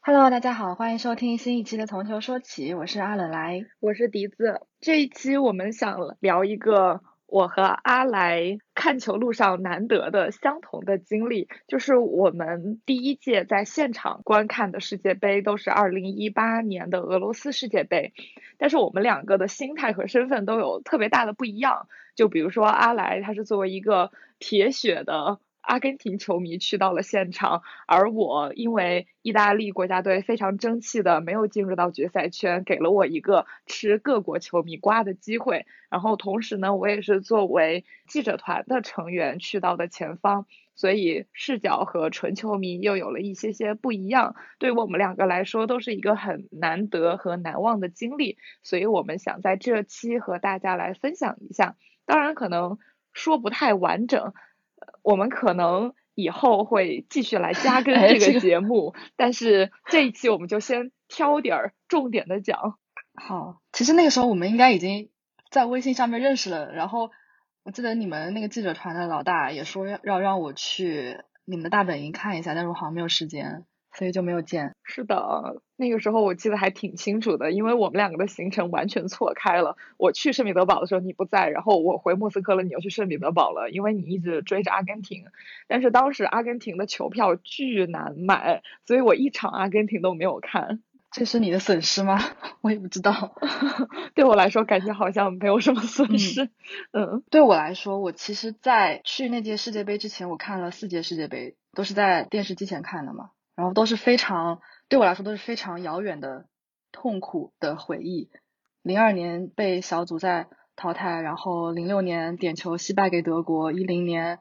Hello，大家好，欢迎收听新一期的《从球说起》，我是阿冷来。 我是笛子。这一期我们想聊一个我和阿来看球路上难得的相同的经历，就是我们第一届在现场观看的世界杯都是2018年的俄罗斯世界杯，但是我们两个的心态和身份都有特别大的不一样。就比如说阿来，他是作为一个铁血的阿根廷球迷去到了现场，而我因为意大利国家队非常争气的没有进入到决赛圈，给了我一个吃各国球迷瓜的机会。然后同时呢，我也是作为记者团的成员去到的前方，所以视角和纯球迷又有了一些些不一样。对于我们两个来说，都是一个很难得和难忘的经历，所以我们想在这期和大家来分享一下。当然，可能说不太完整，我们可能以后会继续来加更哎， 这个节目，但是这一期我们就先挑点儿重点的讲。 好，其实那个时候我们应该已经在微信上面认识了，然后我记得你们那个记者团的老大也说要让我去你们的大本营看一下，但是我好像没有时间，所以就没有见。 是的，那个时候我记得还挺清楚的，因为我们两个的行程完全错开了。我去圣彼得堡的时候你不在，然后我回莫斯科了，你又去圣彼得堡了，因为你一直追着阿根廷。但是当时阿根廷的球票巨难买，所以我一场阿根廷都没有看。 这是你的损失吗？我也不知道。 对我来说，感觉好像没有什么损嗯， 失。嗯。 对我来说，我其实在去那届世界杯之前，我看了4届世界杯，都是在电视机前看的嘛，然后都是非常，对我来说都是非常遥远的痛苦的回忆。02年被小组赛淘汰，然后06年点球惜败给德国，10年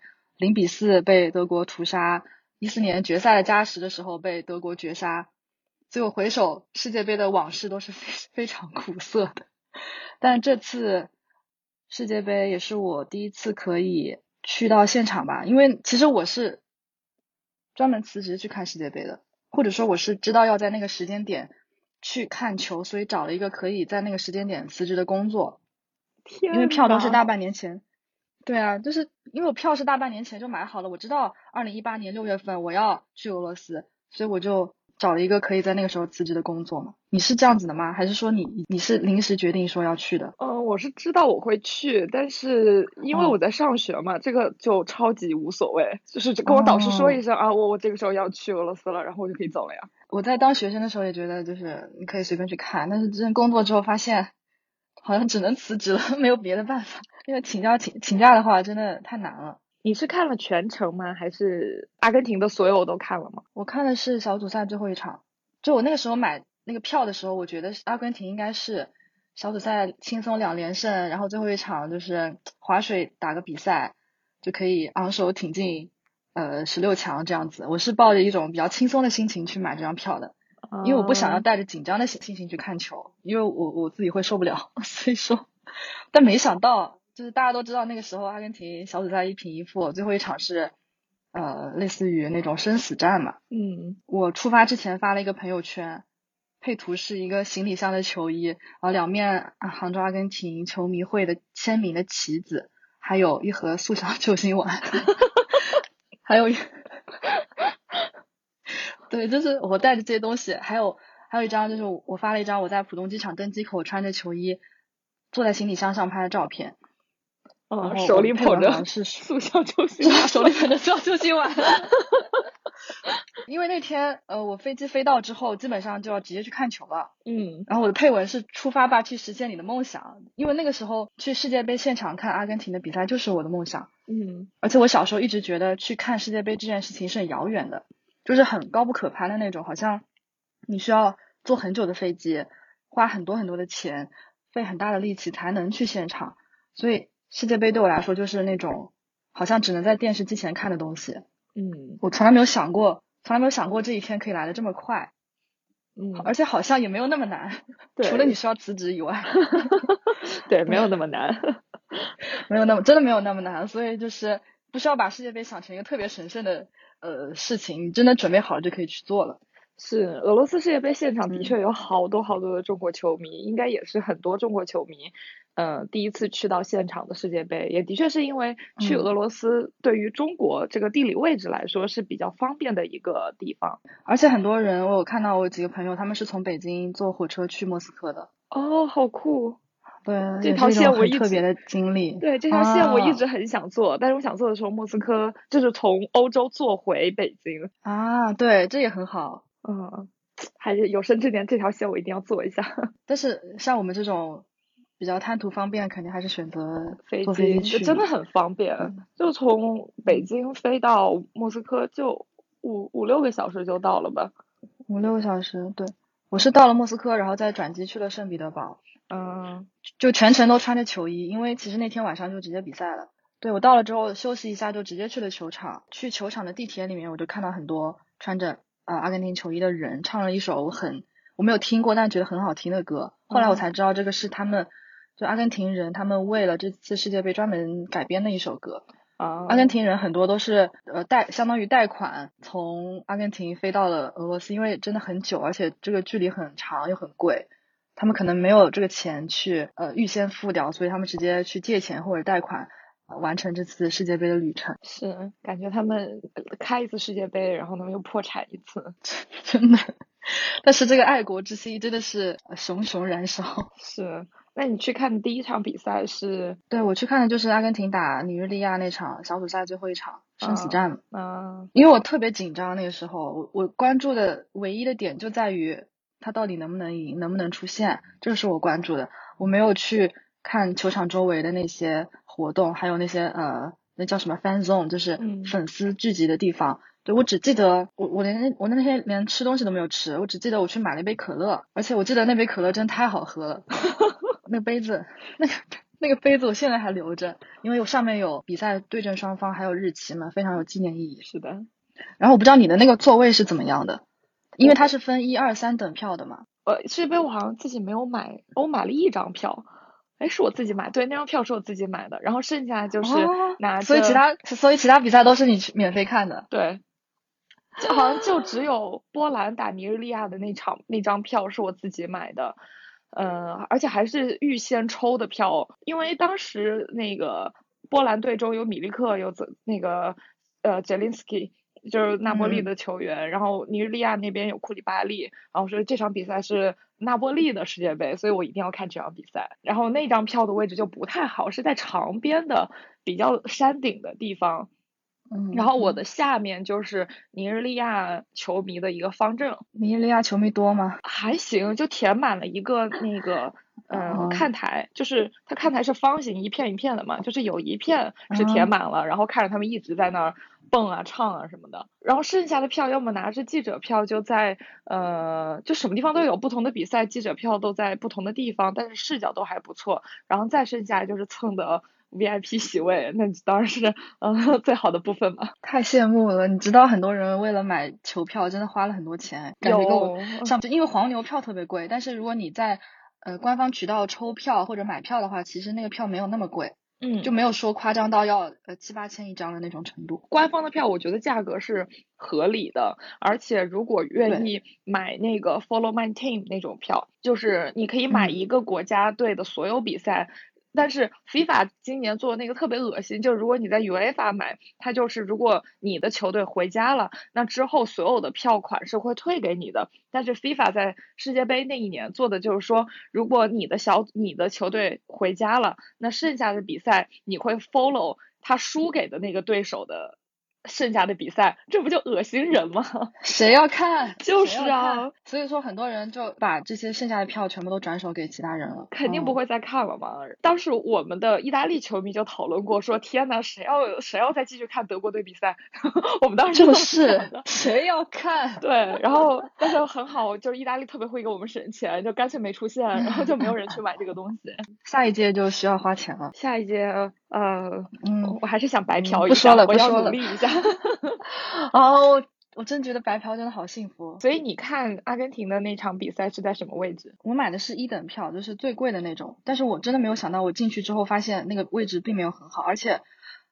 0-4被德国屠杀，14年决赛的加时的时候被德国绝杀。所以我回首世界杯的往事都是非常苦涩的。但这次世界杯也是我第一次可以去到现场吧，因为其实我是专门辞职去看世界杯的，或者说我是知道要在那个时间点去看球，所以找了一个可以在那个时间点辞职的工作，因为票都是天呐， 大半年前。对啊，就是因为我票是大半年前就买好了，我知道2018年6月份我要去俄罗斯，所以我就找了一个可以在那个时候辞职的工作嘛。你是这样子的吗？还是说你是临时决定说要去的？ 我是知道我会去，但是因为我哦在上学嘛，这个就超级无所谓，就是只跟我导师说一哦， 声啊，我这个时候要去俄罗斯了，然后我就可以走了呀。 我在当学生的时候也觉得就是你可以随便去看，但是真正工作之后发现好像只能辞职了，没有别的办法，因为请假的话真的太难了。 你是看了全程吗？还是阿根廷的所有都看了吗？ 我看的是小组赛最后一场，就我那个时候买那个票的时候，我觉得阿根廷应该是小组赛轻松2连胜，然后最后一场就是划水打个比赛就可以昂首挺进16强这样子。我是抱着一种比较轻松的心情去买这张票的，因为我不想要啊， 带着紧张的心情去看球，因为我自己会受不了，所以说，但没想到就是大家都知道那个时候阿根廷小组赛1平1负，最后一场是类似于那种生死战嘛。 嗯， 我出发之前发了一个朋友圈，配图是一个行李箱的球衣，然后两面杭州阿根廷球迷会的签名的旗子，还有一盒速效救心丸，还有对，就是我带着这些东西，还有一张就是我发了一张我在浦东机场登机口穿着球衣坐在行李箱上拍的照片，然后手我的配文好里捧着像是速效救是心丸吗？ 手里捧着速效救心丸。因为那天我飞机飞到之后，基本上就要直接去看球了。 嗯然后我的配文是出发吧，去实现你的梦想。因为那个时候去世界杯现场看阿根廷的比赛就是我的梦想， 嗯而且我小时候一直觉得去看世界杯这件事情是很遥远的，就是很高不可攀的那种，好像你需要坐很久的飞机，花很多很多的钱，费很大的力气才能去现场。所以世界杯对我来说就是那种好像只能在电视机前看的东西。 嗯我从来没有想过这一天可以来的这么快，而嗯， 且好像也没有那么难，除了你对， 需要辞职以外， 对，没对， 有那么难。 真的没有那么难，所以就是不需要把世界杯想成一个特别神圣的事情，你真的准备好了就可以去做了。 是俄罗斯世界杯现场的嗯确有好多好多的中国球迷，应该也是很多中国球迷，第一次去到现场的世界杯，也的确是因为去嗯， 俄罗斯对于中国这个地理位置来说是比较方便的一个地方。 而且很多人我有看到我几个朋友，他们是从北京坐火车去莫斯科的， 哦，好酷！ 对， 这条也是一种线我一直， 很特别的经历对，这条线我一啊直很想坐，但是我想坐的时候，莫斯科就是从欧洲坐回北京， 啊，对，这也很好。 嗯，还是有生之年这条线我一定要坐一下。 但是像我们这种比较贪图方便，肯定还是选择飞坐飞机机这去嘛。 真的很方便， 嗯就从北嗯， 京飞到莫斯科就5、6个小时就到了吧。 5、6个小时，对。我是到了莫斯科，然后再转机去了圣彼得堡， 嗯就全程都穿着球衣，因为其实那天晚上就直接比赛了。对，我到了之后休息一下，就直接去了球场。去球场的地铁里面，我就看到很多穿着阿根廷球衣的人，唱了一首我没有听过但觉得很好听的歌。后来我嗯才知道，这个是他们就阿根廷人他们为了这次世界杯专门改编的一首歌。阿根啊， 廷人很多都是相当于贷款从阿根廷飞到了俄罗斯，因为真的很久，而且这个距离很长又很贵，他们可能没有这个钱去预先付掉，所以他们直接去借钱或者贷款完成这次世界杯的旅程。 是感觉他们开一次世界杯，然后他们又破产一次。 真的。但是这个爱国之心真的是熊熊燃烧。 是，那你去看的第一场比赛是对，我去看的就是阿根廷打尼日利亚那场小组赛最后一场生死啊战。 啊因为我特别紧张，那个时候我关注的唯一的点就在于他到底能不能赢，能不能出线，这是我关注的。我没有去看球场周围的那些活动，还有那些那叫什么 fan zone，就是嗯粉丝聚集的地方。对，我只记得我那天连吃东西都没有吃，我只记得我去买了一杯可乐，而且我记得那杯可乐真太好喝了。那杯子，那个那个杯子我现在还留着，因为我上面有比赛对阵双方还有日期嘛，非常有纪念意义。 是的， 然后我不知道你的那个座位是怎么样的，因为它我是分1、2、3等票的嘛。 世界杯我好像自己没有买，我买了一张票，哎，是我自己买，对，那张票是我自己买的，然后剩下就是哦， 拿着， 所以其他比赛都是你去免费看的。 对，就好像就只有波兰打尼日利亚的那张票是我自己买的，而且还是预先抽的票，因为当时那个波兰队中有米利克，有那个杰林斯基，就是那波利嗯， 的球员，然后尼日利亚那边有库里巴利，然后说这场比赛是那波利的世界杯，所以我一定要看这场比赛。然后那张票的位置就不太好，是在场边的比较山顶的地方。然后我的下面就是尼日利亚球迷的一个方阵， 尼日利亚球迷多吗？ 还行，就填满了一个那个哦， 看台，就是它看台是方形一片一片的嘛，就是有一片是填嗯， 满了，然后看着他们一直在那儿蹦啊唱啊什么的，然后剩下的票要么拿着记者票就在就什么地方都有不同的比赛，记者票都在不同的地方，但是视角都还不错，然后再剩下就是蹭的 VIP 席位，那当然是最好的部分嘛。 太羡慕了。你知道很多人为了买球票真的花了很多钱，感觉跟我有上，因为黄牛票特别贵，但是如果你在官方渠道抽票或者买票的话，其实那个票没有那么贵，就嗯。 没有说夸张到要7、8千一张的那种程度。 官方的票，我觉得价格是合理的，而且如果愿对， 意买那个 Follow My Team 那种票，就是你可以买嗯一个国家队的所有比赛。但是 FIFA 今年做的那个特别恶心，就是如果你在 UEFA 买，它就是如果你的球队回家了，那之后所有的票款是会退给你的。但是 FIFA 在世界杯那一年做的就是说，如果你的球队回家了，那剩下的比赛你会 follow 他输给的那个对手的剩下的比赛，这不就恶心人吗？ 谁要看？ 就谁要看？ 是啊， 所以说很多人就把这些剩下的票全部都转手给其他人了。 肯定不会再看了嘛。当时我们的意大利球迷就讨论过，说天呐，谁要再继续看德国队比赛？我们当时就这么想是的。 谁要看？ 对，然后但是很好，就是意大利特别会给我们省钱，就干脆没出现，然后就没有人去买这个东西。 下一届就需要花钱了。 下一届， 嗯我还是想白嫖一下， 不说了， 我要不说了。 努力一下。 哦，我真觉得白嫖真的好幸福。 所以你看阿根廷的那场比赛是在什么位置？ 我买的是1等票，就是最贵的那种，但是我真的没有想到，我进去之后发现那个位置并没有很好，而且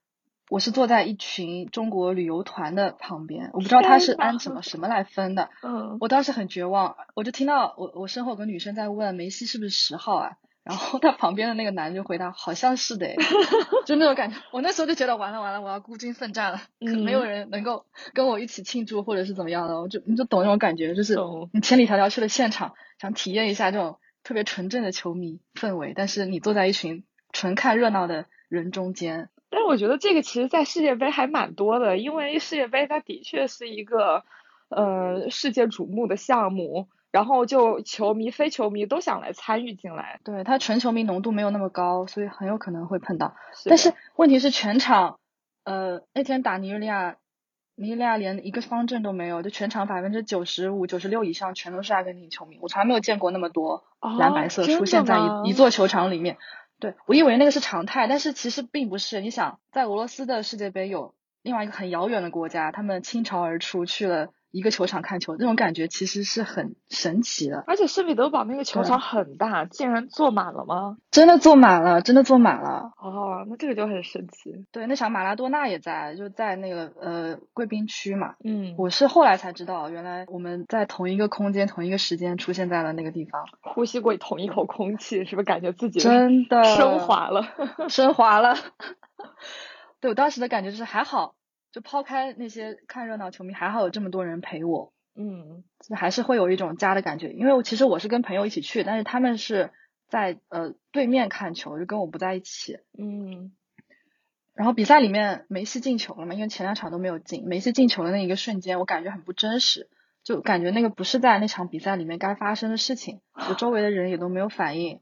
我是坐在一群中国旅游团的旁边，我不知道他是按什么来分的。我当时很绝望，我就听到我身后有个女生在问梅西是不是10号啊，然后他旁边的那个男就回答好像是的就那种感觉。我那时候就觉得完了，我要孤军奋战了，没有人能够跟我一起庆祝或者是怎么样的。你就懂那种感觉，就是你千里迢迢去了现场，想体验一下这种特别纯正的球迷氛围，但是你坐在一群纯看热闹的人中间。 但是我觉得这个其实在世界杯还蛮多的，因为世界杯它的确是一个世界瞩目的项目，然后就球迷非球迷都想来参与进来。 对，它纯球迷浓度没有那么高，所以很有可能会碰到。但是问题是全场那天打尼日利亚连一个方阵都没有，就全场95%、96%以上全都是阿根廷球迷，我从来没有见过那么多蓝白色出现在一座球场里面。对，我以为那个是常态，但是其实并不是。你想，在俄罗斯的世界杯有另外一个很遥远的国家，他们倾巢而出去了一个球场看球，那种感觉其实是很神奇的。 而且圣彼得堡那个球场很大，竟然坐满了吗？ 真的坐满了，真的坐满了。 哦，那这个就很神奇。 对，那场马拉多纳也在，就在那个贵宾区嘛。 我是后来才知道，原来我们在同一个空间、同一个时间出现在了那个地方， 呼吸过同一口空气，是不是感觉自己真的升华了？ 升华了。对，我当时的感觉就是还好，就抛开那些看热闹球迷，还好有这么多人陪我。还是会有一种家的感觉。因为其实我是跟朋友一起去，但是他们是在对面看球，就跟我不在一起。然后比赛里面梅西进球了嘛，因为前2场都没有进。梅西进球的那一个瞬间，我感觉很不真实，就感觉那个不是在那场比赛里面该发生的事情。我周围的人也都没有反应，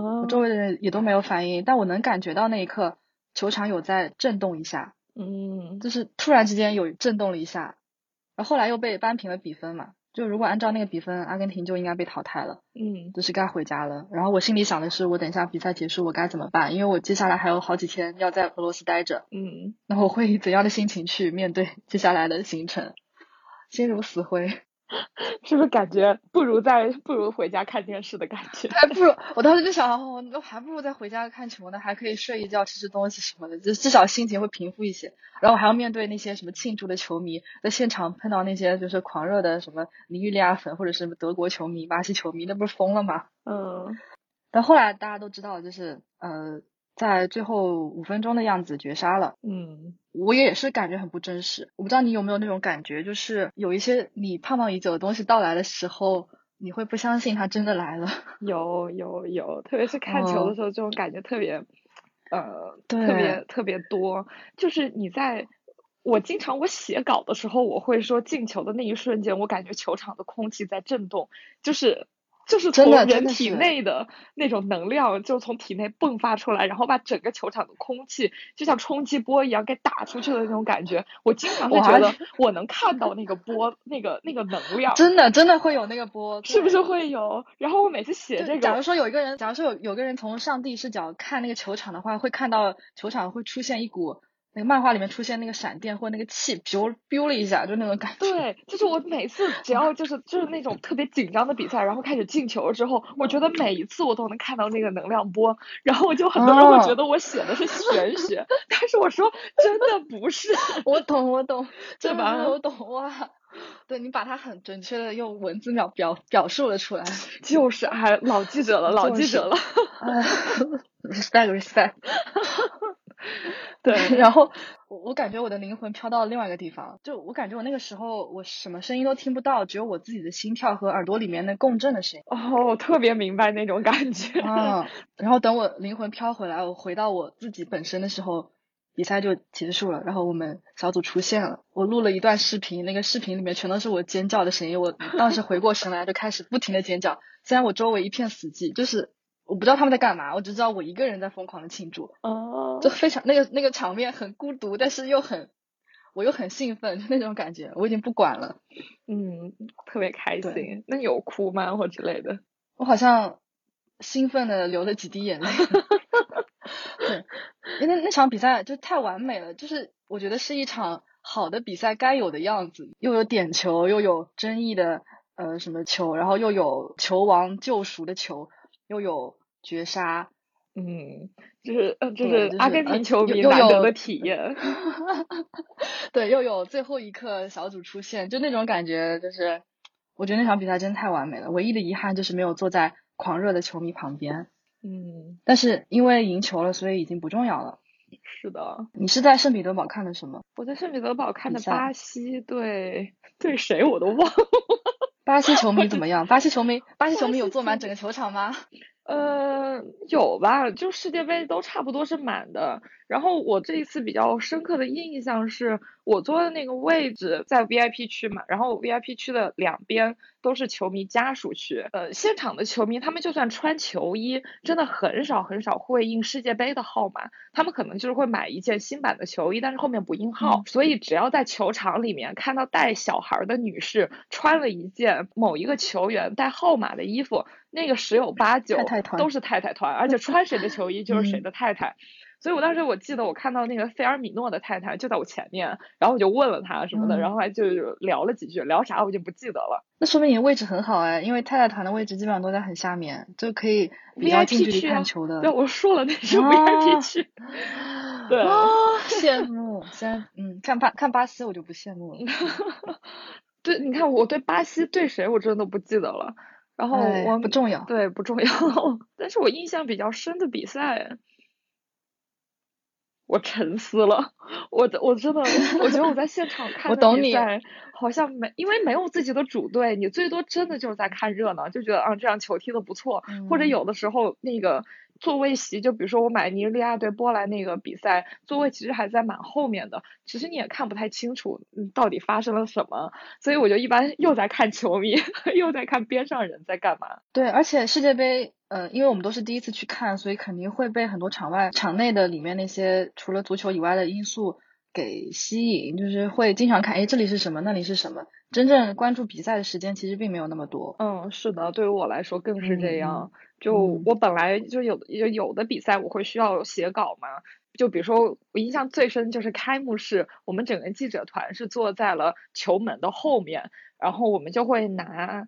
但我能感觉到那一刻球场有在震动一下，就是突然之间有震动了一下，然后后来又被扳平了比分嘛。就如果按照那个比分，阿根廷就应该被淘汰了，就是该回家了。然后我心里想的是，我等一下比赛结束我该怎么办？因为我接下来还有好几天要在俄罗斯待着，那我会以怎样的心情去面对接下来的行程？心如死灰。 是不是感觉不如回家看电视的感觉？ 还不如我当时就想，我还不如再回家看球呢，还可以睡一觉、吃吃东西什么的，就至少心情会平复一些。然后我还要面对那些什么庆祝的球迷，在现场碰到那些就是狂热的什么尼日利亚粉或者是德国球迷、巴西球迷，那不是疯了吗？但后来大家都知道，就是在最后5分钟的样子绝杀了。我也是感觉很不真实。我不知道你有没有那种感觉，就是有一些你盼望已久的东西到来的时候，你会不相信它真的来了。 有，特别是看球的时候，这种感觉特别特别多。就是我经常我写稿的时候，我会说进球的那一瞬间，我感觉球场的空气在震动，就是从人体内的那种能量就从体内迸发出来，然后把整个球场的空气就像冲击波一样给打出去的那种感觉。我经常是觉得我能看到那个波，那个能量， 真的会有那个波， 是不是会有？然后我每次写这个， 假如说有个人从上帝视角看那个球场的话，会看到球场会出现一股那个漫画里面出现那个闪电或那个气biu 了一下，就那种感觉。 对，就是我每次只要就是那种特别紧张的比赛，然后开始进球之后，我觉得每一次我都能看到那个能量波，然后很多人会觉得我写的是玄学，但是我说真的不是。 我懂， 对吧？ 我懂哇。对，你把它很准确的用文字表述了出来， 就是老记者了 respect 对，然后我感觉我的灵魂飘到了另外一个地方，就我感觉我那个时候我什么声音都听不到，只有我自己的心跳和耳朵里面的共振的声音。 我特别明白那种感觉。 然后等我灵魂飘回来，我回到我自己本身的时候，比赛就结束了，然后我们小组出现了。我录了一段视频，那个视频里面全都是我尖叫的声音。我当时回过神来就开始不停的尖叫，虽然我周围一片死寂，就是我不知道他们在干嘛，我只知道我一个人在疯狂的庆祝。就非常那个场面很孤独，但是我又很兴奋，就那种感觉，我已经不管了。 特别开心。那你有哭吗或之类的？ 我好像兴奋的流了几滴眼泪。对，因为那场比赛就太完美了，就是我觉得是一场好的比赛该有的样子，又有点球，又有争议的什么球，然后又有球王救赎的球，又有绝杀， 嗯，这对， 是阿根廷球迷又有难得的体验。 对，又有最后一刻小组出现，就那种感觉，就是我觉得那场比赛真太完美了。唯一的遗憾就是没有坐在狂热的球迷旁边， 嗯， 但是因为赢球了，所以已经不重要了。 是的， 你是在圣彼得堡看的什么我在圣彼得堡看的比赛？ 巴西对谁我都忘了。 巴西球迷怎么样？巴西球迷有巴西球迷坐满整个球场吗？ 有吧，就世界杯都差不多是满的。然后我这一次比较深刻的印象是我坐的那个位置在 VIP 区嘛，然后 VIP 区的两边都是球迷家属区。现场的球迷他们就算穿球衣，真的很少很少会印世界杯的号码，他们可能就是会买一件新版的球衣，但是后面不印号。所以只要在球场里面看到带小孩的女士穿了一件某一个球员带号码的衣服，那个十有八九太太团， 都是太太团，而且穿谁的球衣就是谁嗯的太太。所以我记得我看到那个费尔米诺的太太就在我前面，然后我就问了她什么的，然嗯， 后还就聊了几句，聊啥我就不记得了。 那说明你位置很好哎，因为太太团的位置基本上都在很下面，就可以比较近 VIP 距离区啊，对， 看球的。 我说了那是 VIP 啊区。 啊， 对， 羡慕！虽然看巴西我就不羡慕了。 对，你看我对巴西对谁我真的不记得了，然后哎，不重要。 对不重要，但是我印象比较深的比赛，我沉思了，我真的，我觉得我在现场看的我懂你。 比赛好像因为没有自己的主队，你最多真的就是在看热闹，就觉得啊这样球踢得不错，或者嗯， 有的时候那个座位席，就比如说我买尼日利亚对波兰那个比赛，座位其实还在蛮后面的，其实你也看不太清楚到底发生了什么，所以我就一般又在看球迷，又在看边上人在干嘛。 对，而且世界杯，因为我们都是第一次去看，所以肯定会被很多场内的里面那些除了足球以外的因素给吸引，就是会经常看，哎，这里是什么，那里是什么。真正关注比赛的时间其实并没有那么多。 嗯，是的，对于我来说更是这嗯嗯样。就嗯我本来就有的比赛我会需要写稿嘛，就比如说我印象最深就是开幕式，我们整个记者团是坐在了球门的后面，然后我们就会拿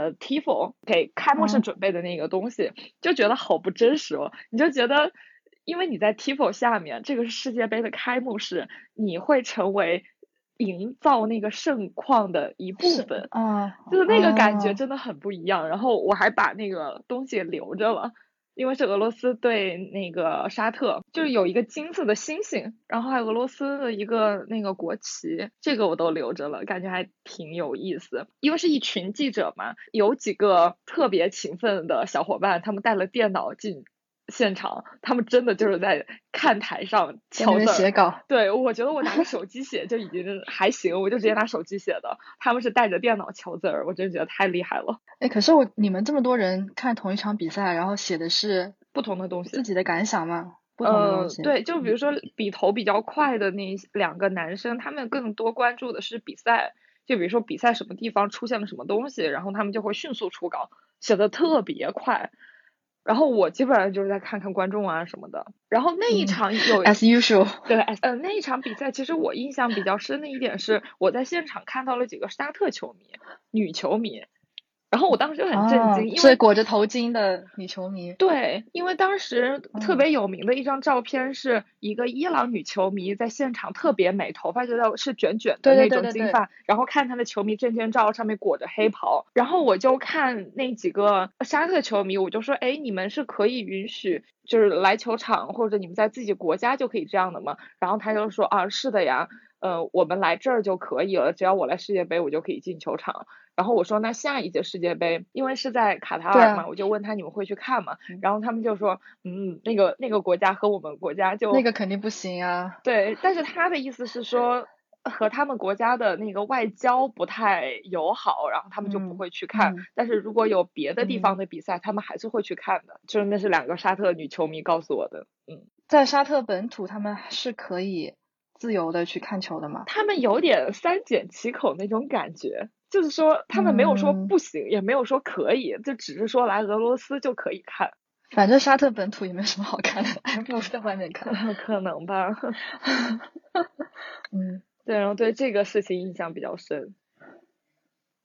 tifo 给开幕式嗯， 准备的那个东西，就觉得好不真实哦。你就觉得，因为你在 tifo 下面，这个是世界杯的开幕式，你会成为营造那个盛况的一部是分。 啊就是那个感觉啊， 真的很不一样。然后我还把那个东西留着了，因为是俄罗斯对那个沙特，就是有一个金色的星星，然后还有俄罗斯的一个那个国旗，这个我都留着了，感觉还挺有意思。因为是一群记者嘛，有几个特别勤奋的小伙伴，他们带了电脑进现场，他们真的就是在看台上在那边敲字儿。 写稿。 对，我觉得我拿个手机写就已经还行，我就直接拿手机写的。他们是带着电脑敲字儿，我真觉得太厉害了。 哎，可是你们这么多人看同一场比赛，然后写的是不同的东西， 自己的感想吗？不同的东西。 对，就比嗯如说笔头比较快的那两个男生，他们更多关注的是比赛，就比如说比赛什么地方出现了什么东西，然后他们就会迅速出稿，写的特别快。然后我基本上就是在看看观众啊什么的。然后那一场 ，as usual。 对，那一场比赛其实我印象比较深的一点是，我在现场看到了几个沙特球迷，女球迷，然后我当时就很震啊， 惊，因是为裹着头巾的女球迷。 对，因为当时特嗯， 别有名的一张照片是一个伊朗女球迷在现场特别美，头发是卷卷的对对那对对对。 种金发，然后看她的球迷证件照上面裹着黑袍，然后我就看那几个沙特球迷，我就说，哎，你们是可以允许就是来球场或者你们在自己国家就可以这样的吗？然后他就说啊，是的呀，我们来这儿就可以了，只要我来世界杯我就可以进球场。然后我说那下一届世界杯，因为是在卡塔尔嘛， 对啊， 我就问他你们会去看吗？然后他们就说，那个国家和我们国家就那个肯定不行啊。 对，但是他的意思是说和他们国家的那个外交不太友好，然后他们就不嗯会去看。 嗯但是如果有别的地方嗯， 的比赛，他们还是会去看的。就是那是两个沙特女球迷告诉我的， 在沙特本土，他们是可以自由的去看球的嘛？ 他们有点三缄其口那种感觉。就是说，他们没有说嗯， 不行，也没有说可以，就只是说来俄罗斯就可以看。 反正沙特本土也没什么好看的，还不如在外面看。 可能吧。 嗯， 对，然后对这个事情印象比较深。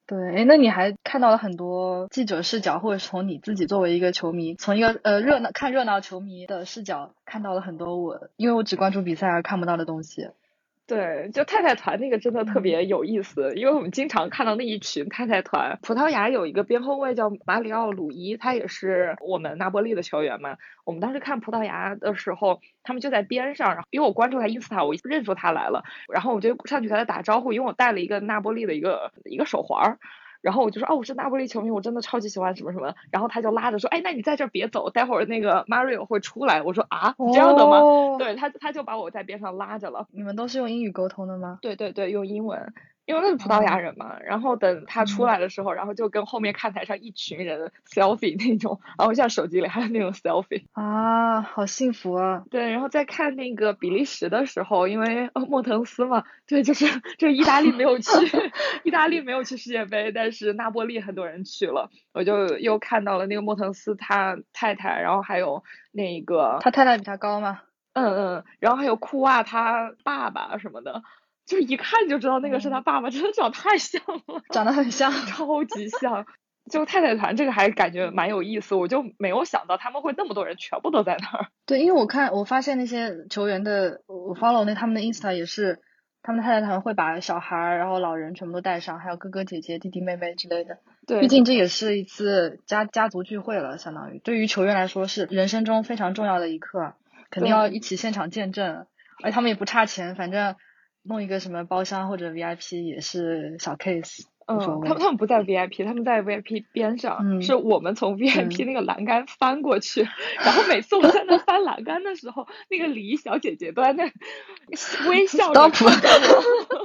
对，哎，那你还看到了很多记者视角，或者是从你自己作为一个球迷，从一个看热闹球迷的视角，看到了很多因为我只关注比赛而看不到的东西。 对，就太太团那个真的特嗯别有意思，因为我们经常看到那一群太太团。葡萄牙有一个边后卫叫马里奥·鲁伊，他也是我们那波利的球员嘛。我们当时看葡萄牙的时候，他们就在边上，然后因为我关注他伊斯塔，我认出他来了，然后我就上去和他打招呼，因为我带了一个那波利的一个手环。然后我就说，哦，我是那不勒球迷，我真的超级喜欢什么什么。然后他就拉着说，哎，那你在这儿别走，待会儿那个 Mario 会出来。我说啊，这样的吗？ 哦， 对，他就把我在边上拉着了。 你们都是用英语沟通的吗？ 对对对，用英文，因为那是葡萄牙哦， 人嘛。然后等他出嗯来的时候，然后就跟后面看台上一群人 selfie 那种，然后像手机里还有那种 selfie。 啊，好幸福啊！ 对，然后再看那个比利时的时候，因为莫腾斯嘛，对，就是意大利没有去，意大利没有去世界杯，但是那波利很多人去了，我就又看到了那个莫腾斯他太太，然后还有那个他太太比他高吗？ 然后还有库瓦他爸爸什么的，就一看就知道那个是他嗯， 爸爸，真的长太像了， 长得很像。 超级像。就太太团这个还感觉蛮有意思，我就没有想到他们会那么多人全部都在那儿。 对，因为我发现那些球员的，我 follow 他们的 Insta 也是，他们的太太团会把小孩儿，然后老人全部都带上，还有哥哥姐姐、弟弟妹妹之类的。毕对竟这也是一次家族聚会了，相当于对于球员来说是人生中非常重要的一刻，肯定要对， 一起现场见证。而且他们也不差钱，反正弄一个什么包厢或者 VIP 也是小 case，无所谓。 他们不在 VIP，他们在 VIP 边上，是嗯， 我们从 VIP 对。 那个栏杆翻过去，然后每次我在那翻栏杆的时候，那个礼仪小姐姐都在那微笑着 Stop 看着我，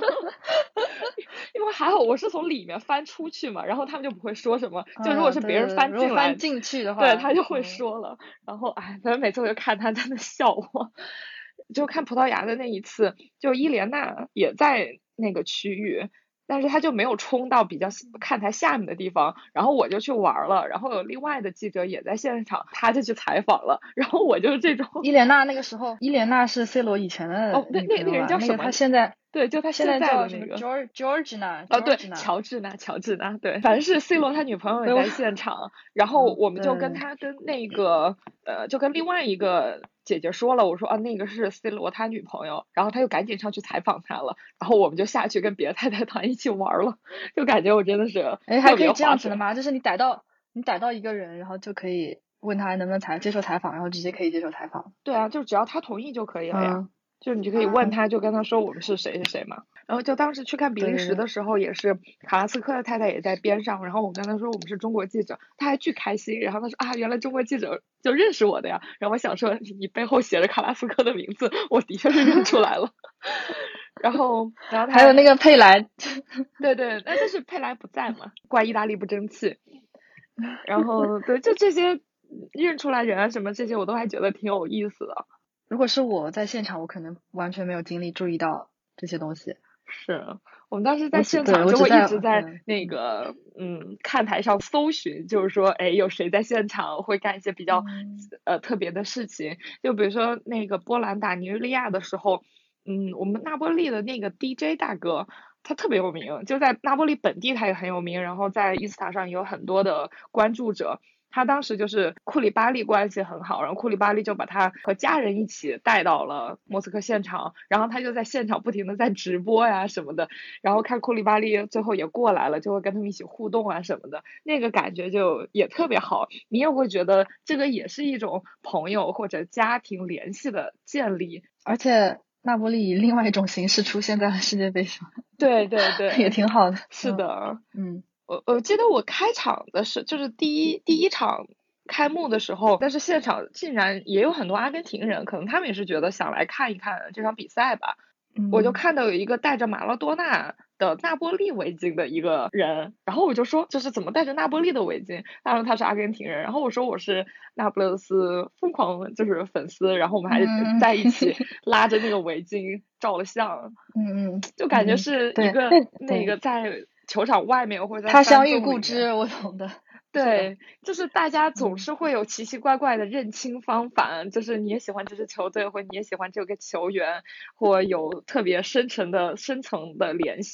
因为还好我是从里面翻出去嘛，然后他们就不会说什么，就如果嗯， 是别人对对对，如果翻进来， 翻进去的对话， 他就会说了，然后哎，反正每次我就看他在那笑我，就看葡萄牙的那一次，就伊莲娜也在那个区域。但是他就没有冲到比较看台下面的地方，然后我就去玩了，然后有另外的记者也在现场，他就去采访了，然后我就是这种， 伊莲娜那个时候，伊莲娜是 C 罗以前哦， 的那个人女朋友吧？那个叫什么？ 她现在对，就他现现在叫什么在的那个。 Georgina 哦，对， Georgina。 乔治娜，对，反正是 C 罗他女朋友也对， 在现场，然后我们就跟对， 他跟那个就跟另外一个姐姐说了，我说啊那个是 C 罗他女朋友，然后他就赶紧上去采访他了，然后我们就下去跟别的太太团一起玩了，就感觉我真的是哎，还特可以别划水。 这样子的吗？就是你逮到一个人，然后就可以问他能不能接受采访，然后直接可以接受采访。 对啊，就只要他同意就可以了呀。 嗯就你就可以问他，就跟他说我们是谁谁谁嘛。然后就当时去看比利对对对。 时的时候，也是卡拉斯科的太太也在边上，然后我跟他说我们是中国记者，他还巨开心。然后他说啊，原来中国记者就认识我的呀。然后我想说你背后写着卡拉斯科的名字，我的确是认出来了。然后他还有那个佩莱。 对对，那就是佩莱不在嘛，怪意大利不争气。然后对，就这些认出来人啊什么这些，我都还觉得挺有意思的。 如果是我在现场，我可能完全没有精力注意到这些东西。 是我们当时在现对， 场就会一我只在直在那个看台上搜寻，就是说哎有谁在现场会干一些比较嗯特别的事情，就比如说那个波兰打尼日利亚的时候，我们那波利的那个 DJ 大哥。他特别有名，就在那波利本地他也很有名，然后在伊斯塔上也有很多的关注者。他当时就是库里巴利关系很好，然后库里巴利就把他和家人一起带到了莫斯科现场，然后他就在现场不停的在直播呀什么的，然后看库里巴利最后也过来了，就会跟他们一起互动啊什么的，那个感觉就也特别好，你也会觉得这个也是一种朋友或者家庭联系的建立。 而且那波利以另外一种形式出现在了世界杯上。 对对也对， 挺好的。 是的。 嗯我记得我开场的是就是第一场开幕的时候，但是现场竟然也有很多阿根廷人，可能他们也是觉得想来看一看这场比赛吧。我就嗯， 看到有一个戴着马拉多纳的那波利围巾的一个人，然后我就说这是怎么戴着那波利的围巾？他说他是阿根廷人，然后我说我是那不勒斯疯狂就是粉丝，然后我们还嗯在一起拉着那个围巾照了相， 嗯嗯就感觉是一对个那个对， 在球场外面或者在观他乡遇众里面。 故知，我懂的。是的。 对，就是大家总嗯是会有奇奇怪怪的认亲方法，就是你也喜欢这支球队，或你也喜欢这个球员，或有特别深层的联系。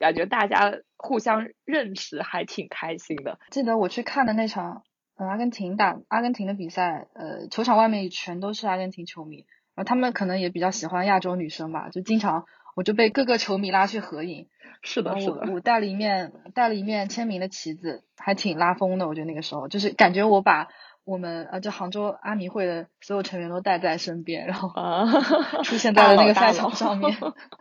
感觉大家互相认识还挺开心的。 记得我去看的那场，阿根廷打阿根廷的比赛，球场外面全都是阿根廷球迷，然后他们可能也比较喜欢亚洲女生吧，就经常我就被各个球迷拉去合影， 是的， 然后是的。 我带了一面签名的旗子，还挺拉风的，我觉得那个时候就是感觉我把我们就杭州阿迷会的所有成员都带在身边，然后出现在了那个赛场上面。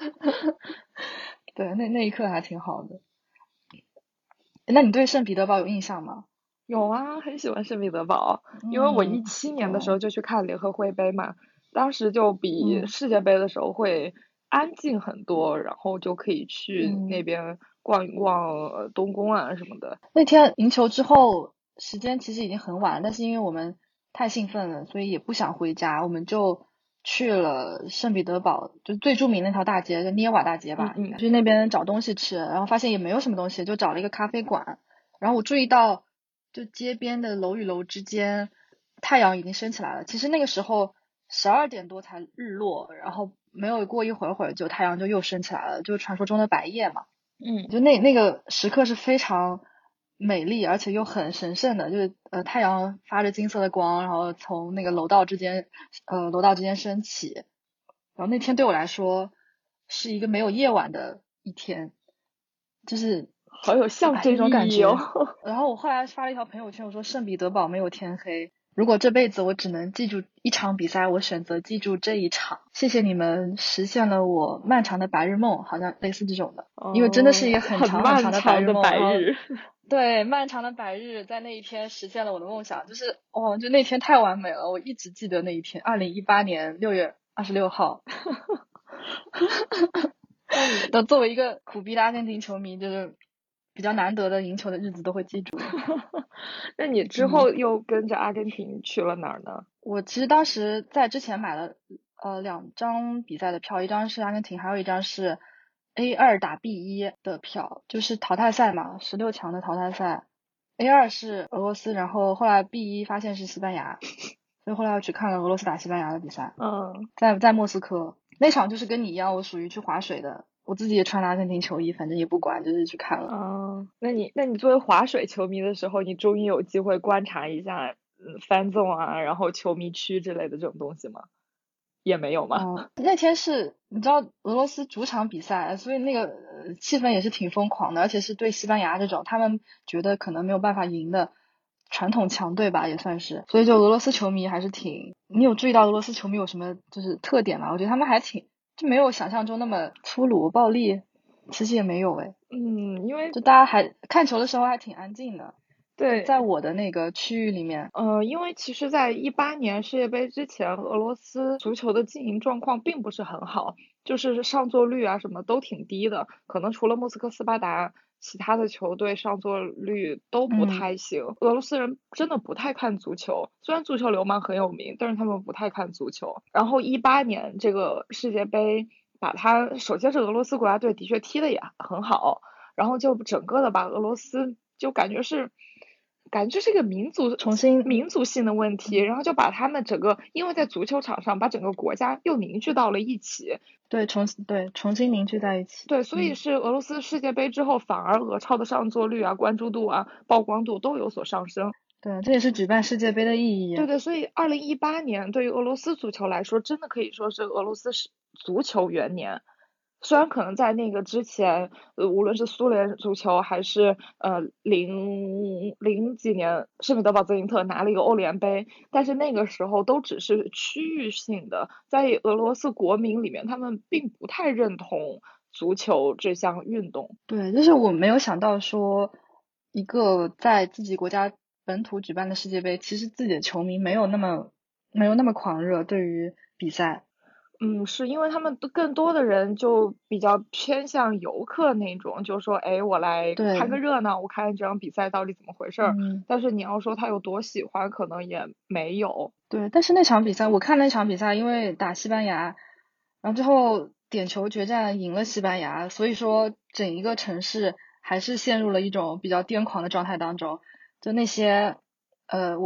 对，那一刻还挺好的。那你对圣彼得堡有印象吗？ 有啊，很喜欢圣彼得堡，因为我2017年的时候哦， 就去看联合会杯嘛，当时就比嗯世界杯的时候会安静很多，然后就可以去那嗯， 边逛一逛东宫啊什么的。 那天赢球之后，时间其实已经很晚了，但是因为我们太兴奋了，所以也不想回家，我们就去了圣彼得堡，就最著名那条大街，就涅瓦大街吧，应该嗯嗯去那边找东西吃，然后发现也没有什么东西，就找了一个咖啡馆，然后我注意到，就街边的楼与楼之间，太阳已经升起来了。其实那个时候12点多才日落，然后没有过一会儿就太阳就又升起来了，就是传说中的白夜嘛。 嗯。 就那个时刻是非常美丽，而且又很神圣的，就是太阳发着金色的光，然后从那个楼道之间升起，然后那天对我来说是一个没有夜晚的一天，就是好有象征这种感意义哦。 觉。然后我后来发了一条朋友圈，我说圣彼得堡没有天黑。如果这辈子我只能记住一场比赛，我选择记住这一场。谢谢你们实现了我漫长的白日梦，好像类似这种的。因为真的是一个很很长很长的白漫长的日梦，然后白日。 对漫长的白日在那一天实现了我的梦想，就是就那天太完美了，我一直记得那一天2018年6月26号。 那你那作为一个苦逼的阿根廷球迷，就是比较难得的赢球的日子都会记住。 那你之嗯， 后又跟着阿根廷去了哪儿呢？ 我其实当时在之前买了2张比赛的票，一张是阿根廷，还有一张是 A2打 B1的票，就是淘汰赛嘛，16强的淘汰赛。A2是俄罗斯，然后后来 B1发现是西班牙，所以后来我去看了俄罗斯打西班牙的比赛， 嗯。 在莫斯科那场就是跟你一样，我属于去划水的，我自己也穿了阿根廷球衣，反正也不管，就是去看了。 那你作为划水球迷的时候，你终于有机会观察一下fan zone 啊，然后球迷区之类的这种东西吗？也没有吗？ 那天是你知道俄罗斯主场比赛，所以那个气氛也是挺疯狂的，而且是对西班牙这种他们觉得可能没有办法赢的传统强队吧，也算是。所以就俄罗斯球迷还是挺，你有注意到俄罗斯球迷有什么就是特点吗？我觉得他们还挺就没有想象中那么粗鲁暴力，其实也没有诶， 因为就大家还看球的时候还挺安静的，就对， 在我的那个区域里面。 因为其实，在2018年世界杯之前，俄罗斯足球的经营状况并不是很好，就是上座率啊什么都挺低的，可能除了莫斯科斯巴达，其他的球队上座率都不嗯， 太行。俄罗斯人真的不太看足球，虽然足球流氓很有名，但是他们不太看足球。然后2018年这个世界杯，把他首先是俄罗斯国家队的确踢得也很好，然后就整个的把俄罗斯就感觉是一个重新民族性的问题，然后就把他们整个，因为在足球场上把整个国家又凝聚到了一起。 重新凝聚在一起。 对，所以是俄罗斯世界杯之后，反而俄超的上座率啊、关注度啊、曝光度都有所上升。 对，这也是举办世界杯的意义。 对对，所以2018年对于俄罗斯足球来说，真的可以说是俄罗斯是足球元年。虽然可能在那个之前，无论是苏联足球还是零几年圣彼得堡泽林特拿了一个欧联杯，但是那个时候都只是区域性的，在俄罗斯国民里面，他们并不太认同足球这项运动。 对，就是我没有想到说，一个在自己国家本土举办的世界杯，其实自己的球迷没有那么狂热对于比赛。 是因为他们更多的人就比较偏向游客那种，就说，哎，我来看个对， 热闹，我看这场比赛到底怎么回事儿。 嗯， 但是你要说他有多喜欢，可能也没有。 对。但是那场比赛，我看那场比赛，因为打西班牙，然后最后点球决战赢了西班牙，所以说整一个城市还是陷入了一种比较癫狂的状态当中。就那些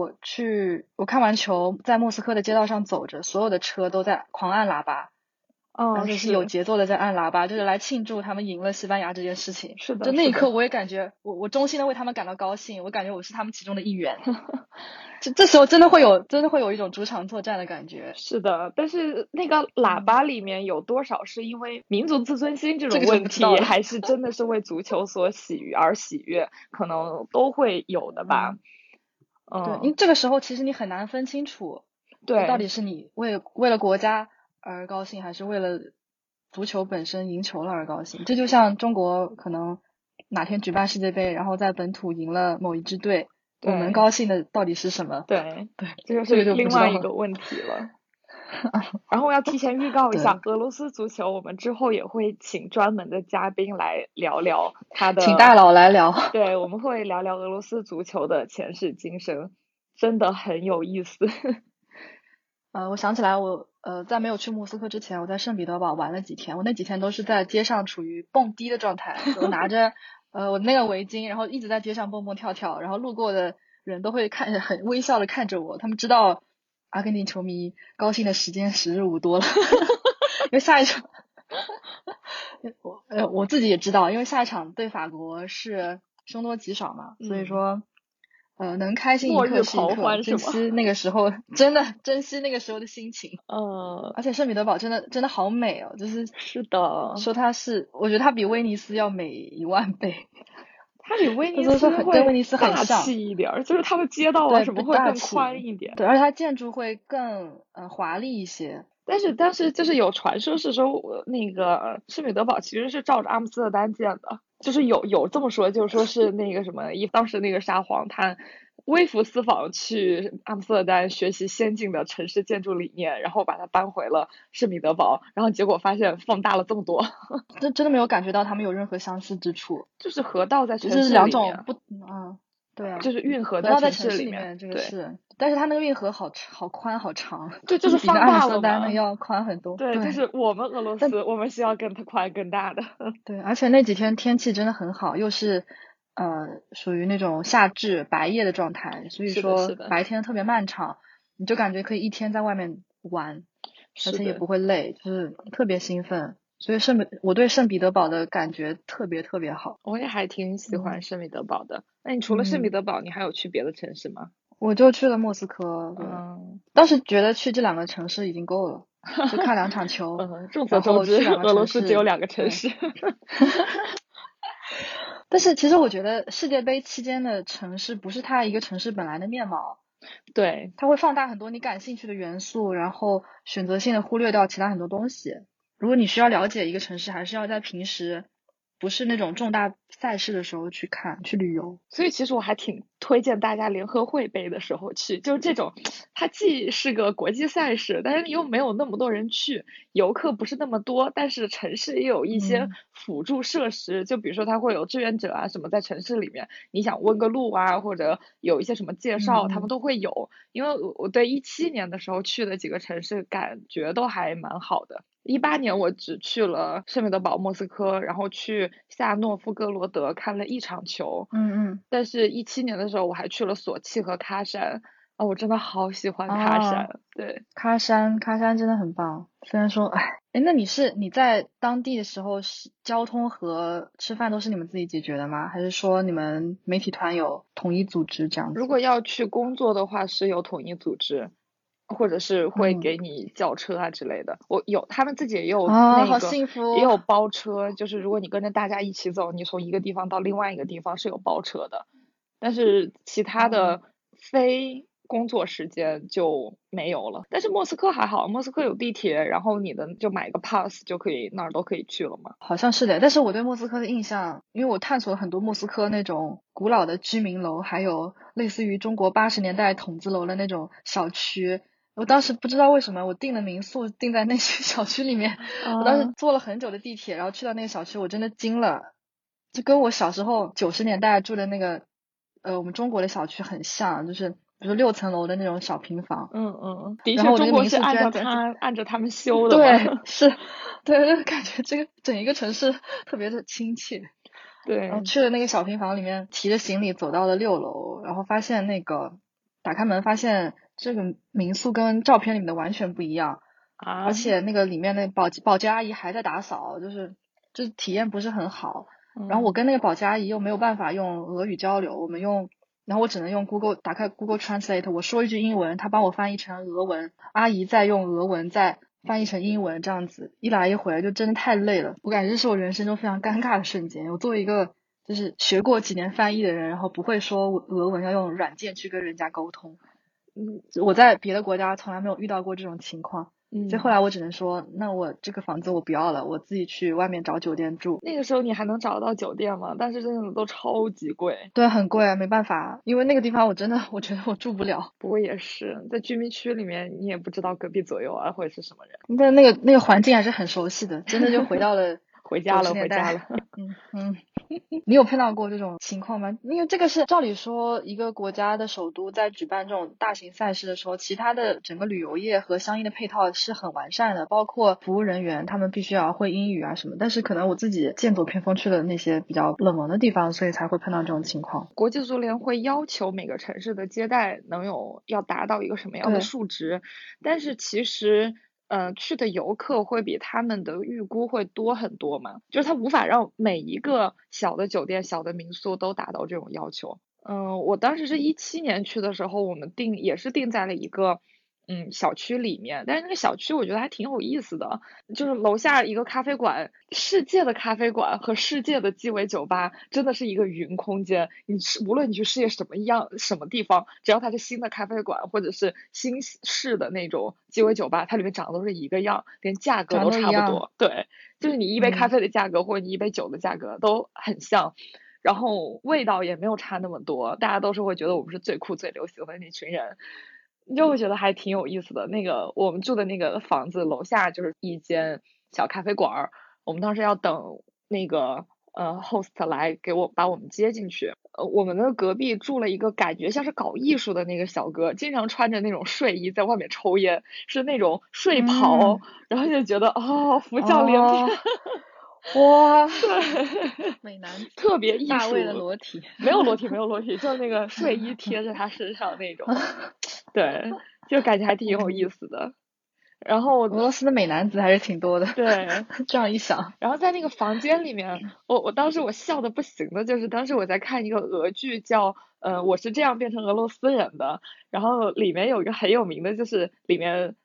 我看完球，在莫斯科的街道上走着，所有的车都在狂按喇叭， 嗯， 而且是有节奏的在按喇叭，就是来庆祝他们赢了西班牙这件事情。 是的， 就那一刻， 是的。 我也感觉我衷心的为他们感到高兴，我感觉我是他们其中的一员。这时候真的会有一种主场作战的感觉。 是的，但是那个喇叭里面有多少是因为民族自尊心这这个就种问题， 不知道了。 还是真的是为足球所喜悦而喜悦，可能都会有的吧。 对，因为这个时候其实你很难分清楚，就到对， 底是你为了国家而高兴，还是为了足球本身赢球了而高兴。这就像中国可能哪天举办世界杯，然后在本土赢了某一支队，我们对， 高兴的到底是什么？ 对， 对， 这就是这个就不另外知道了。 一个问题了。然后我要提前预告一对， 下，俄罗斯足球我们之后也会请专门的嘉宾来聊聊他的， 请大佬来聊。 对，我们会聊聊俄罗斯足球的前世今生，真的很有意思。 我想起来在没有去莫斯科之前，我在圣彼得堡玩了几天，我那几天都是在街上处于蹦迪的状态，我拿着我那个围巾，然后一直在街上蹦蹦跳跳，然后路过的人都会很微笑的看着我，他们知道阿根廷球迷高兴的时间时日无多了。因为下一场我自己也知道，因为下一场对法国是凶多吉少嘛，所以说能开心一末日刻是一刻， 狂欢是吗？ 珍惜那个时候，真的珍惜那个时候的心情。而且圣彼得堡真的好美哦，就是是的， 说它是，我觉得它比威尼斯要美10000倍。 它比威他尼都说跟威斯会尼斯很大像。 气一点儿，就是它的街道啊对， 什么会更大气。 宽一点。 对，而且它建筑会更华丽一些。 但是就是有传说是说，那个圣彼得堡其实是照着阿姆斯特丹建的，就是有这么说，就是说是那个什么，当时那个沙皇他微服私访去阿姆斯特丹学习先进的城市建筑理念，然后把它搬回了圣彼得堡，然后结果发现放大了这么多。 真的没有感觉到他们有任何相似之处， 就是河道在城只是市里面， 两种不。对啊， 就是运河在城河道在城市里面， 市里面这个对。 是，但是它那个运河好宽好长， 对， 就就是放是比那阿姆大了嘛。 斯特丹那个要宽很多。 对，就对。 是我们俄罗斯，我们需要更宽更大的。 对，而且那几天天气真的很好，又是属于那种夏至白夜的状态，所以是的， 说是的， 白天特别漫长，你就感觉可以一天在外面玩，而且也是的。 不会累，就是特别兴奋。所以我对圣彼得堡的感觉特别特别好。 我也还挺喜欢嗯圣彼得堡的。那你除了圣彼嗯， 得堡，你还有去别的城市吗？ 我就去了莫斯科。对， 嗯。 当时觉得去这两个城市已经够了，就看2场球， 众所然周知， 后去两个俄罗城市。 斯只有两个城对。 市。 但是其实我觉得世界杯期间的城市不是它一个城市本来的面貌， 对， 它会放大很多你感兴趣的元素，然后选择性的忽略掉其他很多东西。如果你需要了解一个城市，还是要在平时不是那种重大赛事的时候去看去旅游。 所以其实我还挺推荐大家联合会杯的时候去，就是这种，它既是个国际赛事，但是又没有那么多人去，游客不是那么多，但是城市也有一些辅助设施，就比如说它会有志愿者啊什么在城市里面，你想问个路啊，或者有一些什么介绍，他们都会有。因为我对2017年的时候去的几个城市感觉都还蛮好的。2018年我只去了圣彼得堡、莫斯科，然后去夏诺夫哥罗德看了一场球。但是2017年的时候我还去了索契和喀山，啊，我真的好喜欢喀山。对， 喀山真的很棒。虽然说，那你在当地的时候是交通和吃饭都是你们自己解决的吗？还是说你们媒体团有统一组织这样子？ 如果要去工作的话，是有统一组织，或者是会给你叫车啊之类的。他们自己也有好那个， 幸福。 也有包车，就是如果你跟着大家一起走，你从一个地方到另外一个地方是有包车的。但是其他的非工作时间就没有了。但是莫斯科还好，莫斯科有地铁，然后你就买个 pass 就可以哪儿都可以去了嘛。 好像是的，但是我对莫斯科的印象，因为我探索了很多莫斯科那种古老的居民楼，还有类似于中国80年代筒子楼的那种小区。我当时不知道为什么我订的民宿订在那些小区里面，我当时坐了很久的地铁，然后去到那个小区，我真的惊了，就跟我小时候90年代住的那个我们中国的小区很像，就是比如说6层楼的那种小平房。 的确， 然后我那中国是个民宿居然按着他们修的嘛。 对，是，对，就感觉这个整一个城市特别的亲切。 对， 然后去了那个小平房里面，提着行李走到了6楼，然后发现打开门发现这个民宿跟照片里面的完全不一样。 啊， 而且那个里面的保洁阿姨还在打扫，就是体验不是很好。然后我嗯跟那个保洁阿姨又没有办法用俄语交流，然后我只能用打开 Google Translate，我说一句英文，她帮我翻译成俄文，阿姨再用俄文再翻译成英文，这样子一来一回就真的太累了。我感觉这是我人生中非常尴尬的瞬间。我作为一个就是学过几年翻译的人，然后不会说俄文，要用软件去跟人家沟通。 嗯我在别的国家从来没有遇到过这种情况。所以后嗯， 来我只能说，那我这个房子我不要了，我自己去外面找酒店住。 那个时候你还能找到酒店吗？但是真的都超级贵。 对，很贵啊，没办法，因为那个地方我真的我觉得我住不了。 不过也是在居民区里面，你也不知道隔壁左右啊会是什么人。 但那个环境还是很熟悉的，真的就回到了回家了， 九十年代。 回家了。 嗯嗯，你有碰到过这种情况吗？因为这个是照理说，一个国家的首都在举办这种大型赛事的时候，其他的整个旅游业和相应的配套是很完善的，包括服务人员他们必须要会英语啊什么。但是可能我自己剑走偏锋去了那些比较冷门的地方，所以才会碰到这种情况。 国际足联会要求每个城市的接待要达到一个什么样的对， 数值，但是其实，去的游客会比他们的预估会多很多嘛，就是他无法让每一个小的酒店、小的民宿都达到这种要求。我当时是17年去的时候，我们也是定在了一个小区里面，但是那个小区我觉得还挺有意思的，就是楼下一个咖啡馆，世界的咖啡馆和世界的鸡尾酒吧真的是一个云空间。无论你去世界什么地方，只要它是新的咖啡馆或者是新式的那种鸡尾酒吧，它里面长得都是一个样，连价格长都得都一样。 差不多。对，就是你一杯咖嗯， 啡的价格或者你一杯酒的价格都很像。然后味道也没有差那么多，大家都是会觉得我们是最酷最流行的那群人，你就会觉得还挺有意思的。那个我们住的那个房子楼下就是一间小咖啡馆儿，我们当时要等那个host 来把我们接进去。我们的隔壁住了一个感觉像是搞艺术的那个小哥，经常穿着那种睡衣在外面抽烟，是那种睡袍， 嗯， 然后就觉得福相连篇。 哦，哇， 对， 美男子， 特别艺大卫的术， 裸体。 没有裸体，没有裸体，就是那个睡衣贴在他身上那种，对，就感觉还挺有意嗯， 思的。然后俄罗斯的美男子还是挺多的。 对， 这样一想。 然后在那个房间里面，我当时我笑的不行的，就是当时我在看一个俄剧叫我是这样变成俄罗斯人的，然后里面有一个很有名的，就是里面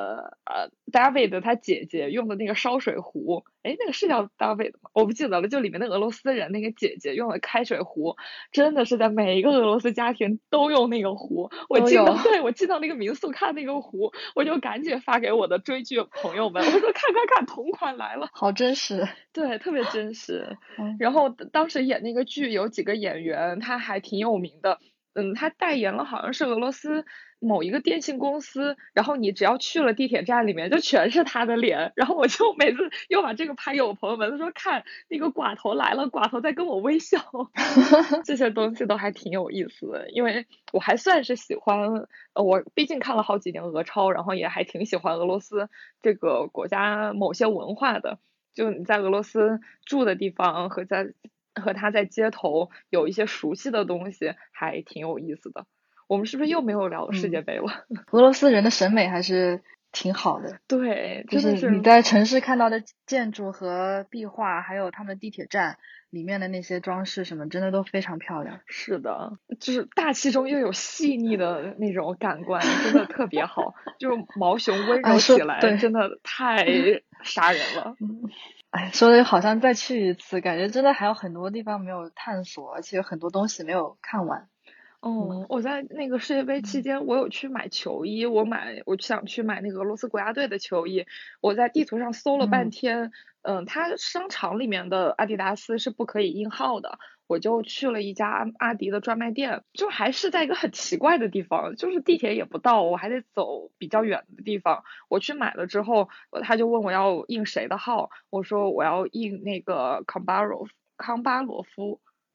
David 他姐姐用的那个烧水壶，诶，那个是叫 David 吗？我不记得了，就里面的俄罗斯人那个姐姐用的开水壶，真的是在每一个俄罗斯家庭都用那个壶。 都有。 对，我进到那个民宿看那个壶，我就赶紧发给我的追剧朋友们，我说看看看，同款来了。 好真实。 对，特别真实。 嗯然后当时演那个剧有几个演员，他还挺有名的。他代言了好像是俄罗斯某一个电信公司，然后你只要去了地铁站里面，就全是他的脸。然后我就每次又把这个拍给我朋友们，他说看那个寡头来了，寡头在跟我微笑。这些东西都还挺有意思的，因为我还算是喜欢，我毕竟看了好几年俄超，然后也还挺喜欢俄罗斯这个国家某些文化的。就你在俄罗斯住的地方和他在街头有一些熟悉的东西，还挺有意思的。我们是不是又没有聊世界嗯， 杯了？ 俄罗斯人的审美还是挺好的。 对， 就是你真的是在城市看到的建筑和壁画，还有他们地铁站里面的那些装饰什么，真的都非常漂亮。 是的，就是大气中又有细腻的那种感官，真的特别好。就是毛熊温哎， 柔起来， 对。 真的太杀人了。 嗯，哎，说的好像再去一次，感觉真的还有很多地方没有探索，而且有很多东西没有看完。嗯我在那个世界杯期嗯间，我有去买球衣，我想去买那个俄罗斯国家队的球衣。我在地图上搜了半嗯天，它商场里面的阿迪达斯是不可以印号的，我就去了一家阿迪的专卖店，就还是在一个很奇怪的地方，就是地铁也不到，我还得走比较远的地方。我去买了之后，他就问我要印谁的号，我说我要印那个康巴罗夫。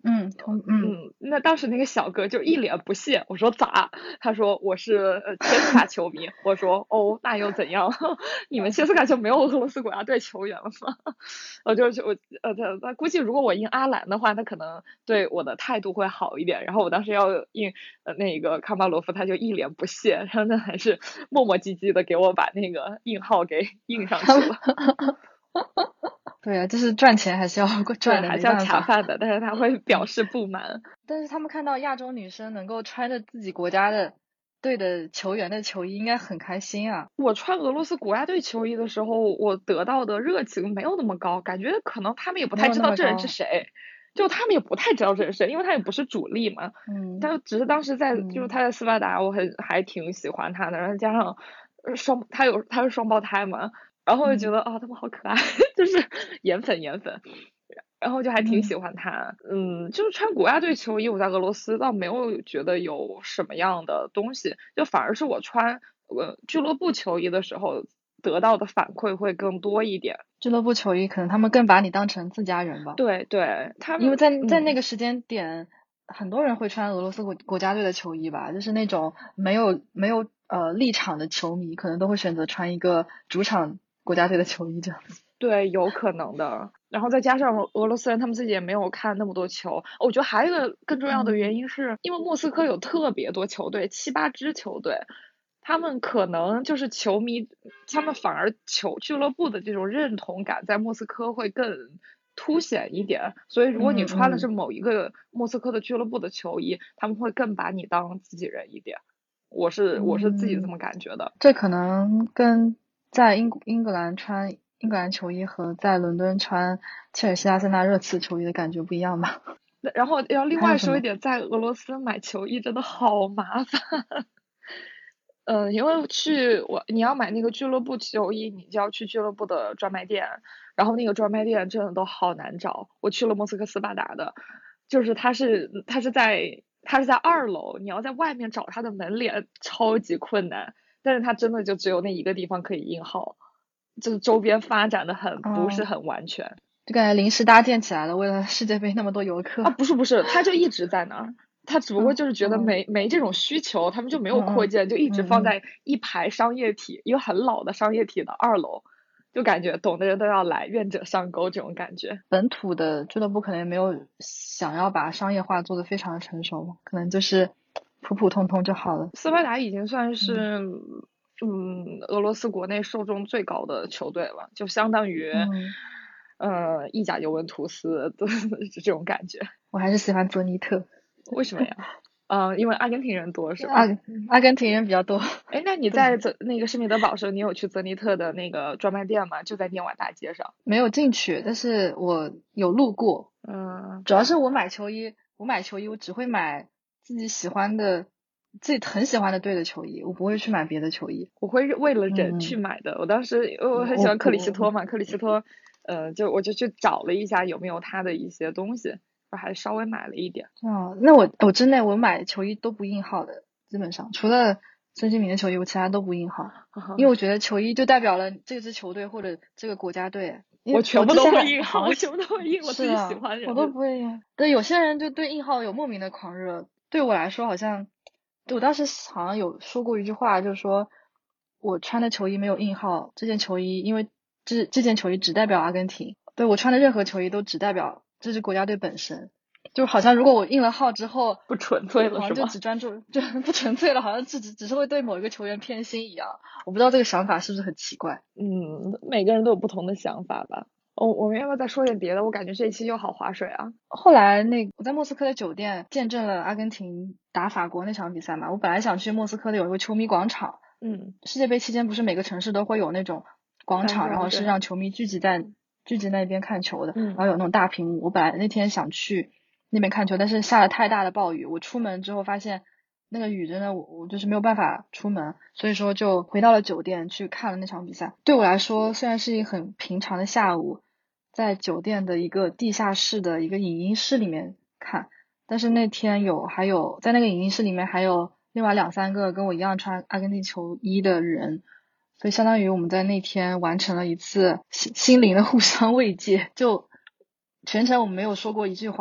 那当时那个小哥就一脸不屑，我说咋？他说我是切斯卡球迷，我说哦，那又怎样？你们切斯卡就没有俄罗斯国家队球员了吗？他估计如果我印阿兰的话，他可能对我的态度会好一点。然后我当时要印那个卡巴罗夫，他就一脸不屑，然后他还是磨磨唧唧的给我把那个印号给印上去了。 对啊，就是赚钱还是要赚的， 还是要没办法。 卡饭的，但是他会表示不满。 但是他们看到亚洲女生能够穿着自己国家的队的球员的球衣，应该很开心啊。 我穿俄罗斯国家队球衣的时候，我得到的热情没有那么高，感觉可能他们也不没有那太知道这人么高。 是谁，就他们也不太知道这人是谁，因为他也不是主力嘛。他只是当时就是他在斯巴达，我还挺喜欢他的，然后加上他是双胞胎嘛，然后就觉得他们好可爱，就是颜粉。然后就还挺喜欢他，就是穿国家队球衣，我在俄罗斯倒没有觉得有什么样的东西，就反而是我穿俱乐部球衣的时候得到的反馈会更多一点。 俱乐部球衣可能他们更把你当成自家人吧。 对，他们因为在那个时间点，很多人会穿俄罗斯国家队的球衣吧，就是那种没有立场的球迷，可能都会选择穿一个主场国家队的球衣这样子。 对，有可能的。然后再加上俄罗斯人他们自己也没有看那么多球，我觉得还有一个更重要的原因是，因为莫斯科有特别多球队，7、8支球队，他们可能就是球迷，他们反而俱乐部的这种认同感在莫斯科会更凸显一点。所以如果你穿的是某一个莫斯科的俱乐部的球衣，他们会更把你当自己人一点。我是自己这么感觉的。 这可能跟在英格兰穿英格兰球衣和在伦敦穿切尔西、阿森纳、热刺球衣的感觉不一样吧。 然后要另外说一点，在俄罗斯买球衣真的好麻烦。因为你要买那个俱乐部球衣，你就要去俱乐部的专卖店，然后那个专卖店真的都好难找。我去了莫斯科斯巴达的，就是它是在2楼，你要在外面找它的门脸，超级困难。但是它真的就只有那一个地方可以印号，就是周边发展的不是很完全。 就感觉临时搭建起来了，为了世界杯那么多游客。 不是，它就一直在那儿。他只不过就是觉得没这种需求，他们就没有扩建，就一直放在一排商业体，一个很老的商业体的2楼，就感觉懂的人都要来，愿者上钩这种感觉。 本土的俱乐部可能也没有想要把商业化做得非常成熟，可能就是普普通通就好了。 斯巴达已经算是俄罗斯国内受众最高的球队了，就相当于意甲尤文图斯的这种感觉。 我还是喜欢泽尼特。 为什么呀？因为阿根廷人多是吧？ 阿根廷人比较多。 哎，那你在那个施密德堡时候，你有去泽尼特的那个专卖店吗？就在涅瓦大街上。 没有进去，但是我有路过。主要是我买球衣我只会买自己很喜欢的队的球衣，我不会去买别的球衣。 我会为了人去买的。我当时我很喜欢克里希托嘛，克里希托，我就去找了一下有没有他的一些东西。我还稍微买了一点。 那我真的我买球衣都不印号的，基本上除了孙兴民的球衣，我其他都不印号，因为我觉得球衣就代表了这支球队或者这个国家队。 我全部都会印号，我全部都会印，我自己喜欢人。 我都不会印。对，有些人就对印号有莫名的狂热，对我来说好像，我当时好像有说过一句话，就是说我穿的球衣没有印号，这件球衣因为这件球衣只代表阿根廷，对，我穿的任何球衣都只代表这支国家队本身，就好像如果我印了号之后不纯粹了是吗？ 好像就只专注就不纯粹了，好像只是会对某一个球员偏心一样。我不知道这个想法是不是很奇怪。 每个人都有不同的想法吧。我们要不要再说点别的？我感觉这一期又好划水啊。 后来我在莫斯科的酒店见证了阿根廷打法国那场比赛嘛，我本来想去莫斯科的有一个球迷广场。世界杯期间不是每个城市都会有那种广场，然后是让球迷聚集那边看球的，然后有那种大屏幕。我本来那天想去那边看球，但是下了太大的暴雨，我出门之后发现那个雨真的我就是没有办法出门，所以说就回到了酒店去看了那场比赛。对我来说虽然是一个很平常的下午，在酒店的一个地下室的一个影音室里面看，但是那天还有在那个影音室里面还有另外2-3个跟我一样穿阿根廷球衣的人，所以相当于我们在那天完成了一次心灵的互相慰藉。就全程我们没有说过一句话，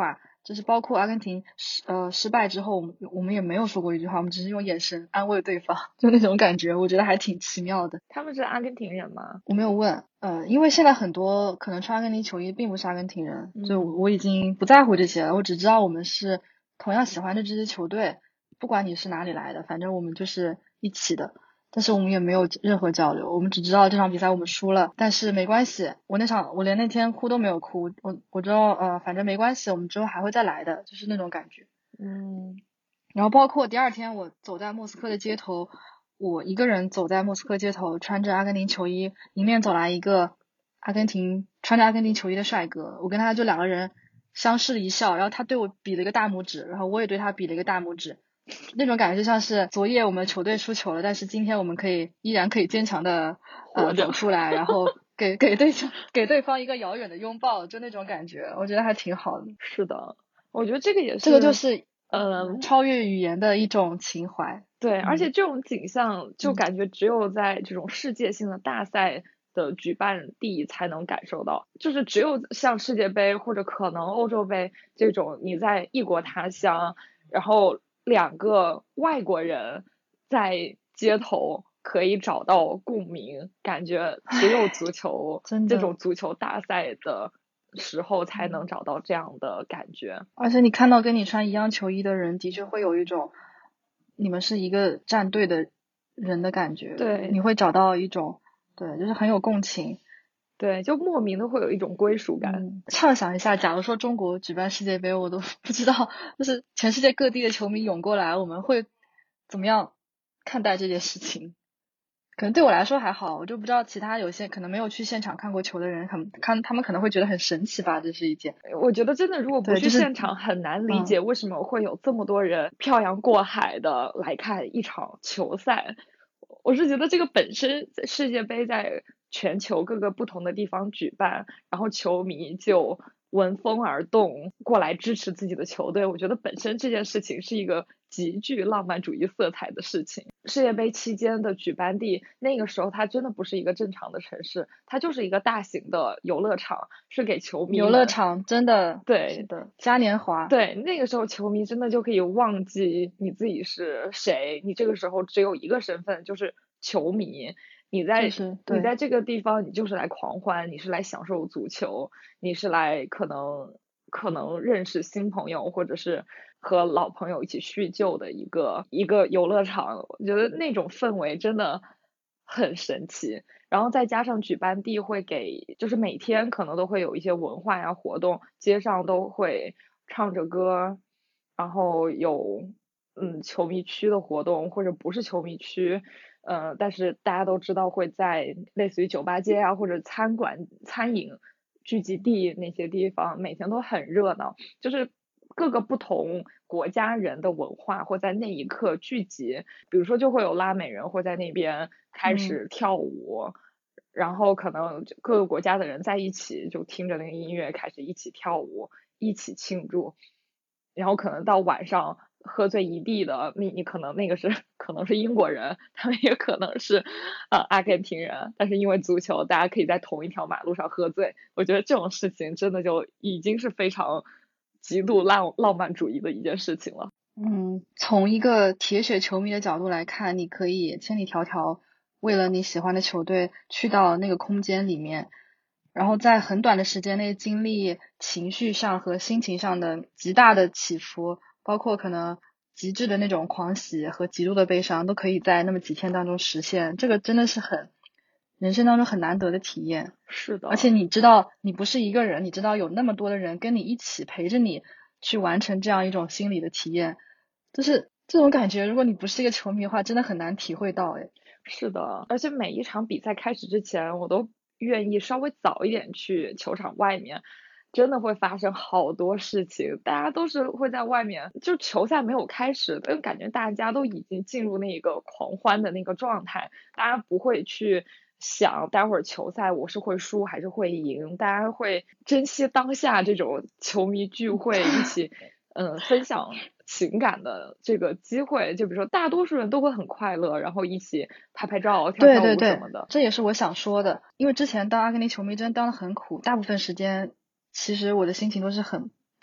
就是包括阿根廷失败之后，我们也没有说过一句话，我们只是用眼神安慰对方，就那种感觉，我觉得还挺奇妙的。 他们是阿根廷人吗？ 我没有问，因为现在很多可能穿阿根廷球衣并不是阿根廷人，就我已经不在乎这些了，我只知道我们是同样喜欢的这支球队，不管你是哪里来的，反正我们就是一起的。但是我们也没有任何交流，我们只知道这场比赛我们输了，但是没关系，我连那天哭都没有哭，我知道反正没关系，我们之后还会再来的，就是那种感觉。然后包括第二天我走在莫斯科的街头，我一个人走在莫斯科街头，穿着阿根廷球衣，迎面走来一个穿着阿根廷球衣的帅哥，我跟他就两个人相视一笑，然后他对我比了一个大拇指，然后我也对他比了一个大拇指，那种感觉就像是昨夜我们球队输球了，但是今天我们依然可以坚强的走出来，然后给对方一个遥远的拥抱，就那种感觉，我觉得还挺好的。 是的，我觉得这个也是， 这个就是超越语言的一种情怀。 对，而且这种景象就感觉只有在这种世界性的大赛的举办地才能感受到，就是只有像世界杯或者可能欧洲杯这种你在异国他乡，然后两个外国人在街头可以找到共鸣，感觉只有足球这种足球大赛的时候才能找到这样的感觉。 而且你看到跟你穿一样球衣的人，的确会有一种你们是一个战队的人的感觉。 对， 你会找到一种对，就是很有共情。 对，就莫名的会有一种归属感。 畅想一下，假如说中国举办世界杯，我都不知道，就是全世界各地的球迷涌过来，我们会怎么样看待这件事情？可能对我来说还好，我就不知道其他有些可能没有去现场看过球的人，他们可能会觉得很神奇吧，这是一件。 我觉得真的，如果不去现场，很难理解为什么会有这么多人漂洋过海的来看一场球赛。我是觉得这个本身世界杯在全球各个不同的地方举办，然后球迷就闻风而动过来支持自己的球队，我觉得本身这件事情是一个极具浪漫主义色彩的事情。世界杯期间的举办地，那个时候它真的不是一个正常的城市，它就是一个大型的游乐场，是给球迷游乐场，真的对是的，嘉年华。 对，那个时候球迷真的就可以忘记你自己是谁，你这个时候只有一个身份，就是球迷。你在这个地方，你就是来狂欢，你是来享受足球，你是来可能认识新朋友，或者是和老朋友一起叙旧的一个游乐场。我觉得那种氛围真的很神奇。然后再加上举办地会给，就是每天可能都会有一些文化呀活动，街上都会唱着歌，然后有球迷区的活动，或者不是球迷区。但是大家都知道会在类似于酒吧街啊或者餐饮聚集地那些地方，每天都很热闹，就是各个不同国家人的文化会在那一刻聚集。比如说就会有拉美人会在那边开始跳舞，然后可能各个国家的人在一起就听着那个音乐开始一起跳舞，一起庆祝。然后可能到晚上喝醉一地的，你可能那个可能是英国人，他们也可能是阿根廷人，但是因为足球，大家可以在同一条马路上喝醉。我觉得这种事情真的就已经是非常极度浪漫主义的一件事情了。 从一个铁血球迷的角度来看，你可以千里迢迢为了你喜欢的球队去到那个空间里面，然后在很短的时间内经历情绪上和心情上的极大的起伏，包括可能极致的那种狂喜和极度的悲伤，都可以在那么几天当中实现。这个真的是人生当中很难得的体验。 是的， 而且你知道你不是一个人，你知道有那么多的人跟你一起陪着你去完成这样一种心理的体验，就是这种感觉，如果你不是一个球迷的话，真的很难体会到。 是的，而且每一场比赛开始之前，我都愿意稍微早一点去球场外面，真的会发生好多事情。大家都是会在外面，就球赛没有开始，但感觉大家都已经进入那个狂欢的那个状态，大家不会去想待会儿球赛我是会输还是会赢，大家会珍惜当下这种球迷聚会，一起分享情感的这个机会。就比如说大多数人都会很快乐，然后一起拍拍照跳跳舞什么的。 对，这也是我想说的，因为之前当阿根廷球迷真的当得很苦，大部分时间其实我的心情都是很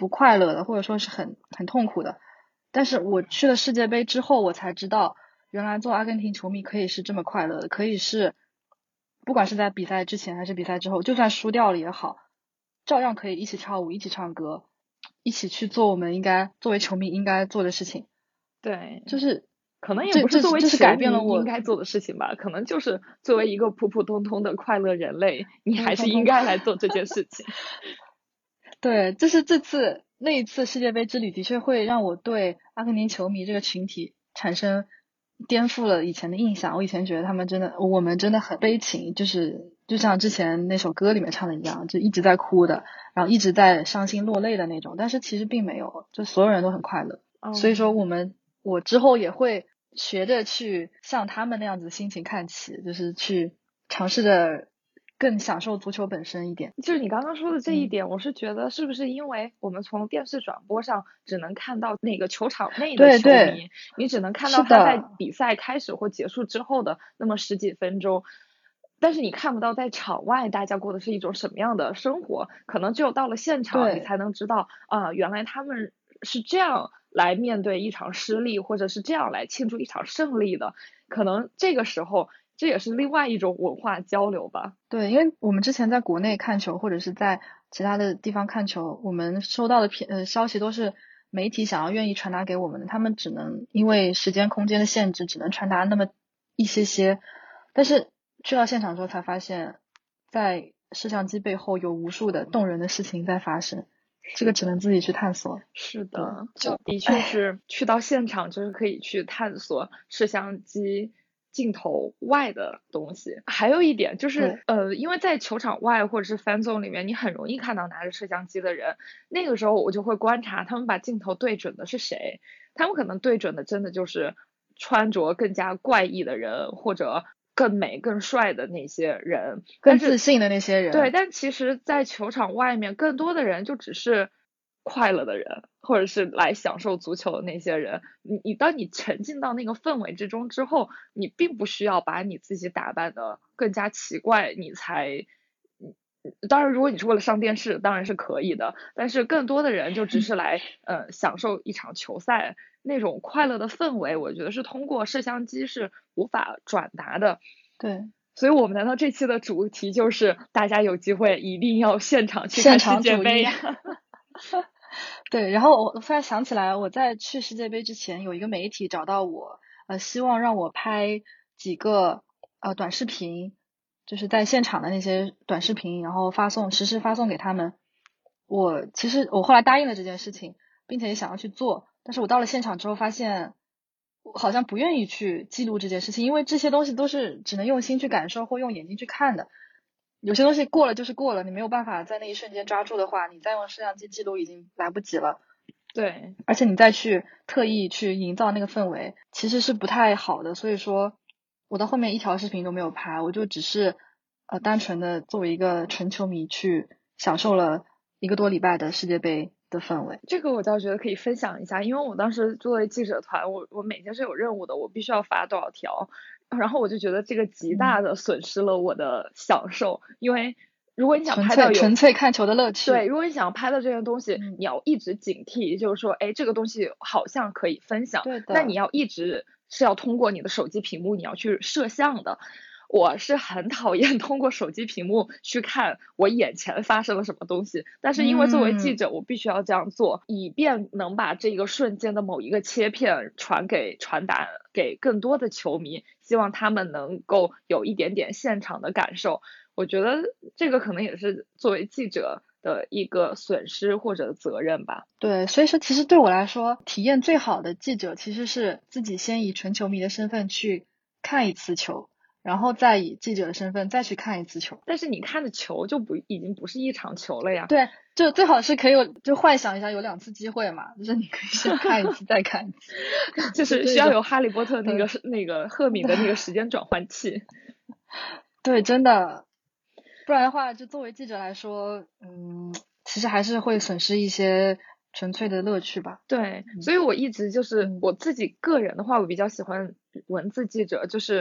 不快乐的，或者说是很痛苦的。但是我去了世界杯之后，我才知道，原来做阿根廷球迷可以是这么快乐的，可以是不管是在比赛之前还是比赛之后，就算输掉了也好，照样可以一起跳舞，一起唱歌，一起去做我们应该作为球迷应该做的事情。 对， 就是可能也不是作为这是球改变了我迷应该做的事情吧，可能就是作为一个普普通通的快乐人类，你还是应普普通通该来做这件事情。 对，就是那一次世界杯之旅，的确会让我对阿根廷球迷这个群体产生颠覆了以前的印象。我以前觉得我们真的很悲情，就像之前那首歌里面唱的一样，就一直在哭的，然后一直在伤心落泪的那种。但是其实并没有，就所有人都很快乐。所以说我之后也会学着去像他们那样子的心情看齐，就是去尝试着更享受足球本身一点。 就是你刚刚说的这一点，我是觉得是不是因为我们从电视转播上只能看到那个球场内的球迷，你只能看到他在比赛开始或结束之后的那么十几分钟，但是你看不到在场外大家过的是一种什么样的生活，可能只有到了现场你才能知道原来他们是这样来面对一场失利，或者是这样来庆祝一场胜利的，可能这个时候这也是另外一种文化交流吧。 对，因为我们之前在国内看球，或者是在其他的地方看球，我们收到的消息都是媒体愿意传达给我们的，他们只能因为时间空间的限制，只能传达那么一些。但是去到现场之后才发现，在摄像机背后有无数的动人的事情在发生，这个只能自己去探索。 是的，就的确是去到现场就是可以去探索摄像机镜头外的东西。还有一点就是因为在球场外或者是 fan zone 里面，你很容易看到拿着摄像机的人，那个时候我就会观察他们把镜头对准的是谁，他们可能对准的真的就是穿着更加怪异的人，或者更美更帅的那些人， 更自信的那些人。 对，但其实在球场外面更多的人就只是快乐的人，或者是来享受足球的那些人。当你沉浸到那个氛围之中之后，你并不需要把你自己打扮的更加奇怪，你才当然如果你是为了上电视当然是可以的，但是更多的人就只是来享受一场球赛那种快乐的氛围，我觉得是通过摄像机是无法转达的。 对， 所以我们难道这期的主题就是大家有机会一定要现场去看世界杯呀？ 对，然后我突然想起来，我在去世界杯之前，有一个媒体找到我，希望让我拍几个短视频，就是在现场的那些短视频，然后实时发送给他们。其实我后来答应了这件事情，并且也想要去做，但是我到了现场之后发现，我好像不愿意去记录这件事情，因为这些东西都是只能用心去感受或用眼睛去看的。有些东西过了就是过了，你没有办法在那一瞬间抓住的话，你再用摄像机记录已经来不及了。 对， 而且你再去特意去营造那个氛围，其实是不太好的。所以说我到后面一条视频都没有拍，我就只是单纯的作为一个纯球迷去享受了1个多礼拜的世界杯的氛围。 这个我倒觉得可以分享一下，因为我当时作为记者团，我每天是有任务的，我必须要发多少条，然后我就觉得这个极大的损失了我的享受，因为如果你想拍到纯粹看球的乐趣， 对，如果你想拍到这些东西，你要一直警惕，就是说，哎，这个东西好像可以分享，那你要一直是要通过你的手机屏幕，你要去摄像的。我是很讨厌通过手机屏幕去看我眼前发生了什么东西，但是因为作为记者，我必须要这样做，以便能把这个瞬间的某一个切片传达给更多的球迷，希望他们能够有一点点现场的感受。我觉得这个可能也是作为记者的一个损失或者责任吧。 对，所以说其实对我来说，体验最好的记者其实是自己先以纯球迷的身份去看一次球，然后再以记者的身份再去看一次球。 但是你看的球就已经不是一场球了呀。 对，就最好是可以就幻想一下有2次机会嘛，就是你可以先看一次再看一次， 就是需要有哈利波特那个赫敏的那个时间转换器。 对，真的，不然的话，就作为记者来说，其实还是会损失一些纯粹的乐趣吧。 对，所以我一直就是我自己个人的话，我比较喜欢文字记者，就是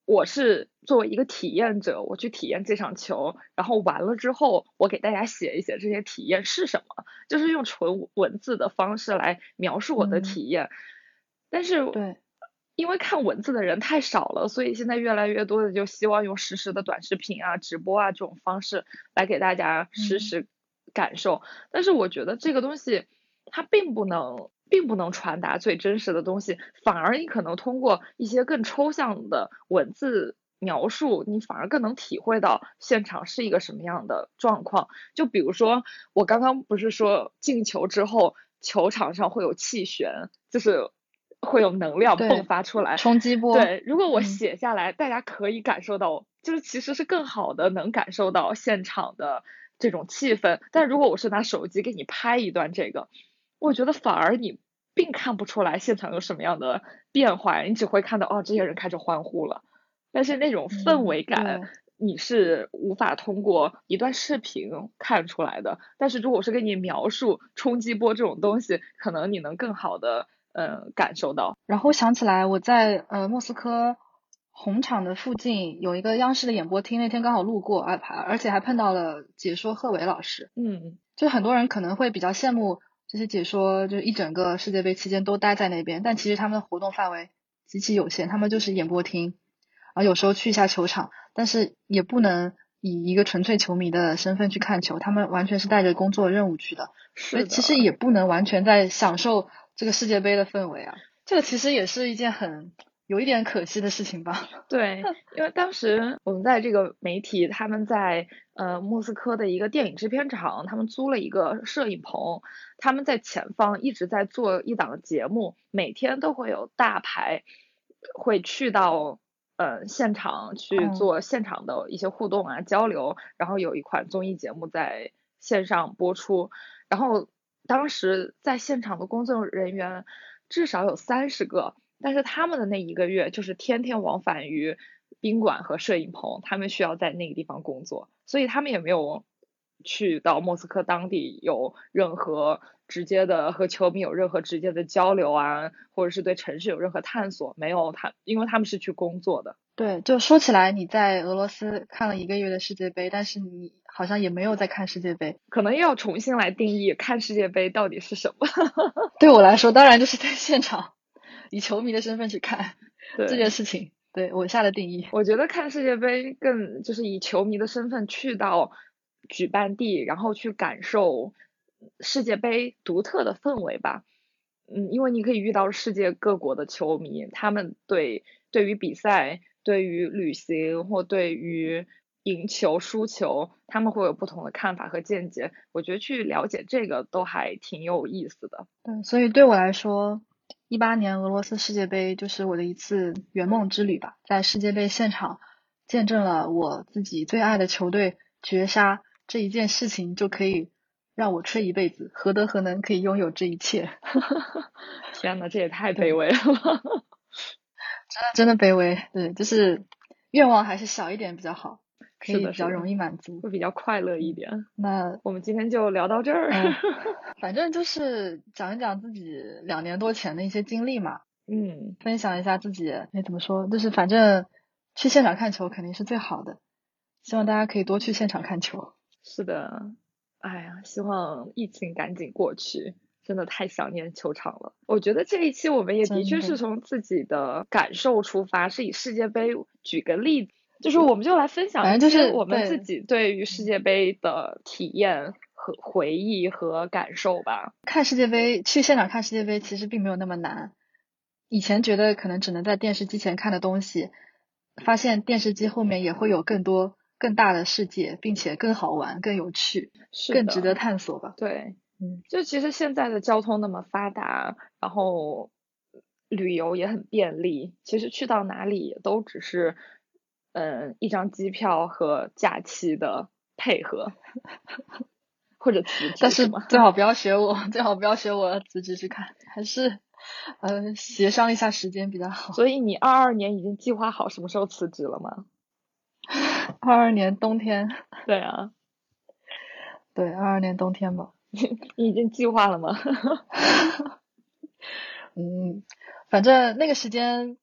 我是作为一个体验者，我去体验这场球，然后完了之后，我给大家写一写这些体验是什么，就是用纯文字的方式来描述我的体验。但是对， 因为看文字的人太少了，所以现在越来越多的就希望用实时的短视频啊、直播啊这种方式来给大家实时感受。但是我觉得这个东西它并不能传达最真实的东西，反而你可能通过一些更抽象的文字描述，你反而更能体会到现场是一个什么样的状况。就比如说我刚刚不是说进球之后球场上会有气旋，就是会有能量迸对， 发出来。 冲击波， 对，如果我写下来，大家可以感受到，就是其实是更好的能感受到现场的这种气氛。但如果我是拿手机给你拍一段这个，我觉得反而你并看不出来现场有什么样的变化，你只会看到哦，这些人开始欢呼了。但是那种氛围感， 对， 你是无法通过一段视频看出来的。但是如果是给你描述冲击波这种东西，可能你能更好的感受到。 然后想起来我在莫斯科红场的附近有一个央视的演播厅，那天刚好路过，而且还碰到了解说贺炜老师。就很多人可能会比较羡慕这些解说，就是一整个世界杯期间都待在那边，但其实他们的活动范围极其有限，他们就是演播厅，然后有时候去一下球场，但是也不能以一个纯粹球迷的身份去看球，他们完全是带着工作任务去的，所以是的。 其实也不能完全在享受这个世界杯的氛围啊，这个其实也是一件有一点可惜的事情吧。 对，因为当时我们在这个媒体，他们在莫斯科的一个电影制片厂，他们租了一个摄影棚，他们在前方一直在做一档节目，每天都会有大牌会去到现场去做现场的一些互动啊交流，然后有一款综艺节目在线上播出，然后当时在现场的工作人员至少有30个。但是他们的那一个月就是天天往返于宾馆和摄影棚，他们需要在那个地方工作，所以他们也没有去到莫斯科当地有任何直接的和球迷有任何直接的交流啊，或者是对城市有任何探索，没有因为他们是去工作的。 对，就说起来你在俄罗斯看了一个月的世界杯，但是你好像也没有在看世界杯。 可能又要重新来定义看世界杯到底是什么。 对我来说，当然就是在现场以球迷的身份去看这件对， 事情，对我下的定义。 我觉得看世界杯更就是以球迷的身份去到举办地，然后去感受世界杯独特的氛围吧。因为你可以遇到世界各国的球迷，他们对于比赛、对于旅行或对于赢球、输球，他们会有不同的看法和见解。我觉得去了解这个都还挺有意思的。 对，所以对我来说，18年俄罗斯世界杯就是我的一次圆梦之旅吧，在世界杯现场见证了我自己最爱的球队绝杀这一件事情，就可以让我吹一辈子，何德何能可以拥有这一切？ 天呐，这也太卑对， 微了。 真的卑微，对，就是愿望还是小一点比较好，可是的， 以比较是的， 容易满足。 会比较快乐一点。 那我们今天就聊到这儿。 反正就是讲一讲自己2年多前的一些经历嘛， 嗯， 分享一下自己，怎么说，就是反正去现场看球肯定是最好的，希望大家可以多去现场看球。 是的。哎呀，希望疫情赶紧过去，真的太想念球场了。我觉得这一期我们也的确是真的， 从自己的感受出发，是以世界杯举个例子，就是我们就来分享一反正就是些我们自对， 己对于世界杯的体验和回忆和感受吧。 看世界杯，去现场看世界杯其实并没有那么难。以前觉得可能只能在电视机前看的东西，发现电视机后面也会有更多更大的世界，并且更好玩、更有趣、 是的。 更值得探索吧。 对， 嗯， 就其实现在的交通那么发达，然后旅游也很便利，其实去到哪里也都只是一张机票和假期的配合或者辞但职是吗？ 是最好不要学我，最好不要学我辞职去看，还是协商一下时间比较好。 所以你22年已经计划好什么时候辞职了吗？ 22年冬天， 对啊。 对，22年冬天吧。 你已经计划了吗？ 嗯，反正那个时间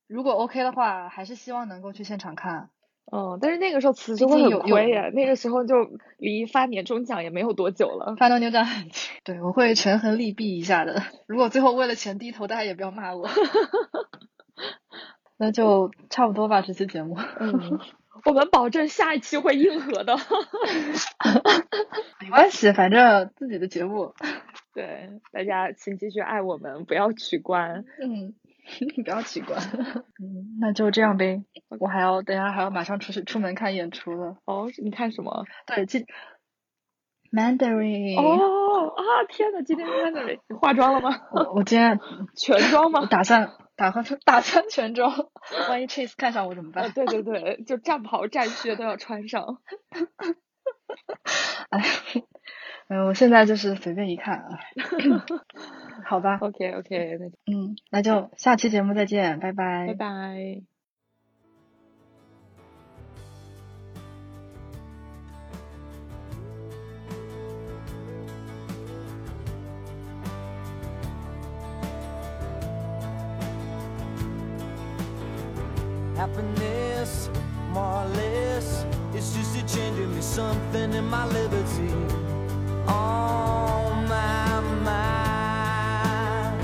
如果 OK 的话，还是希望能够去现场看。 但是那个时候辞职会很亏呀，那个时候就离发年终奖也没有多久了。 发年终奖很近，对，我会权衡利弊一下的。如果最后为了钱低头，大家也不要骂我。那就差不多吧，这期节目。 我们保证下一期会硬核的。 没关系，反正自己的节目。 对，大家请继续爱我们，不要取关。 不要取关。那就这样呗。我等一下还要马上出门看演出了。 你看什么？ 对Mandarin。 天哪，今天 Mandarin， 你化妆了吗？ 我今天全妆吗？ 打算全妆，万一 Chase 看上我怎么办？ 对，就战袍战靴都要穿上。 我现在就是随便一看啊。好吧。 OK， 那就下期节目再见，拜拜。 拜拜。 Happiness, more or less, it's just a change in me, something in my liberty. On my mind.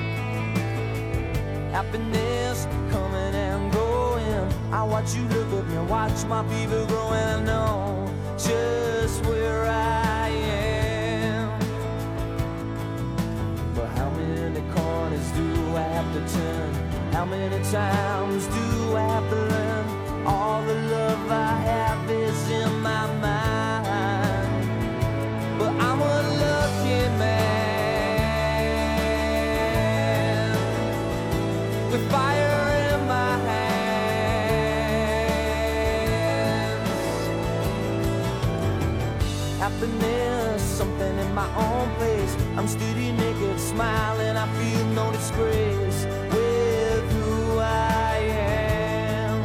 Happiness coming and going. I watch you look at me, watch my fever growing. I know just where I am. But how many corners do I have to turn? How many times do I have to learn? All the love I have is in my mind. But I'm a lucky man with fire in my hands. Happiness, something in my own place. I'm steady naked, smiling, I feel no disgrace with who I am.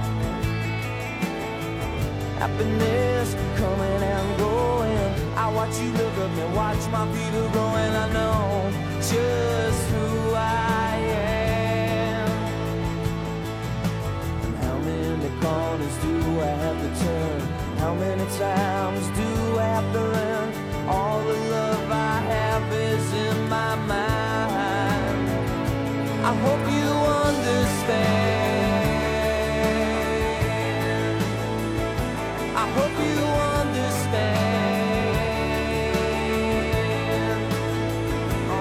Happiness coming and going. I watch you look at me, watch my fever growing. I know just who I am. And how many corners do I have to turn? How many times do I have to learn? All the love I have is in my mind. I hope you understand. I hope you understand. Oh,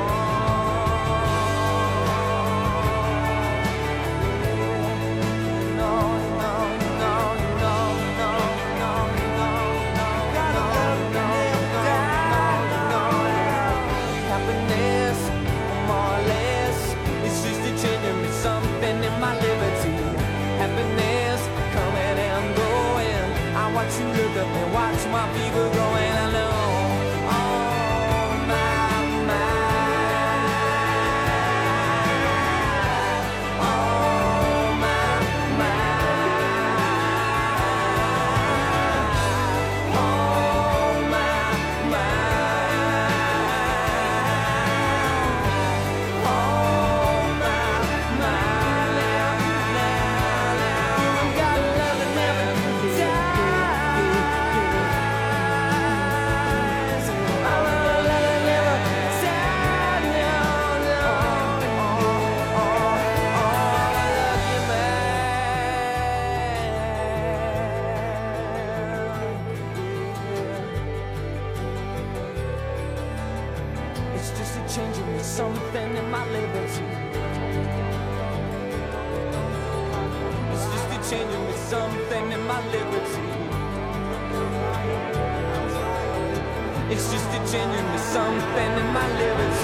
no. Gotta love me down. Happiness, more or less, it's just a change in me, something in my liberty. Happiness coming and going. I watch you look up and watch my fever growing. I know. On my mind. On my mind. On my mind. On my mind. Gotta love that never dies. I love that never dies. Lucky man. It's just a change in me, something in my liberty. It's just a change in me, something in my liberty. It's just a change in me, something in my liberty.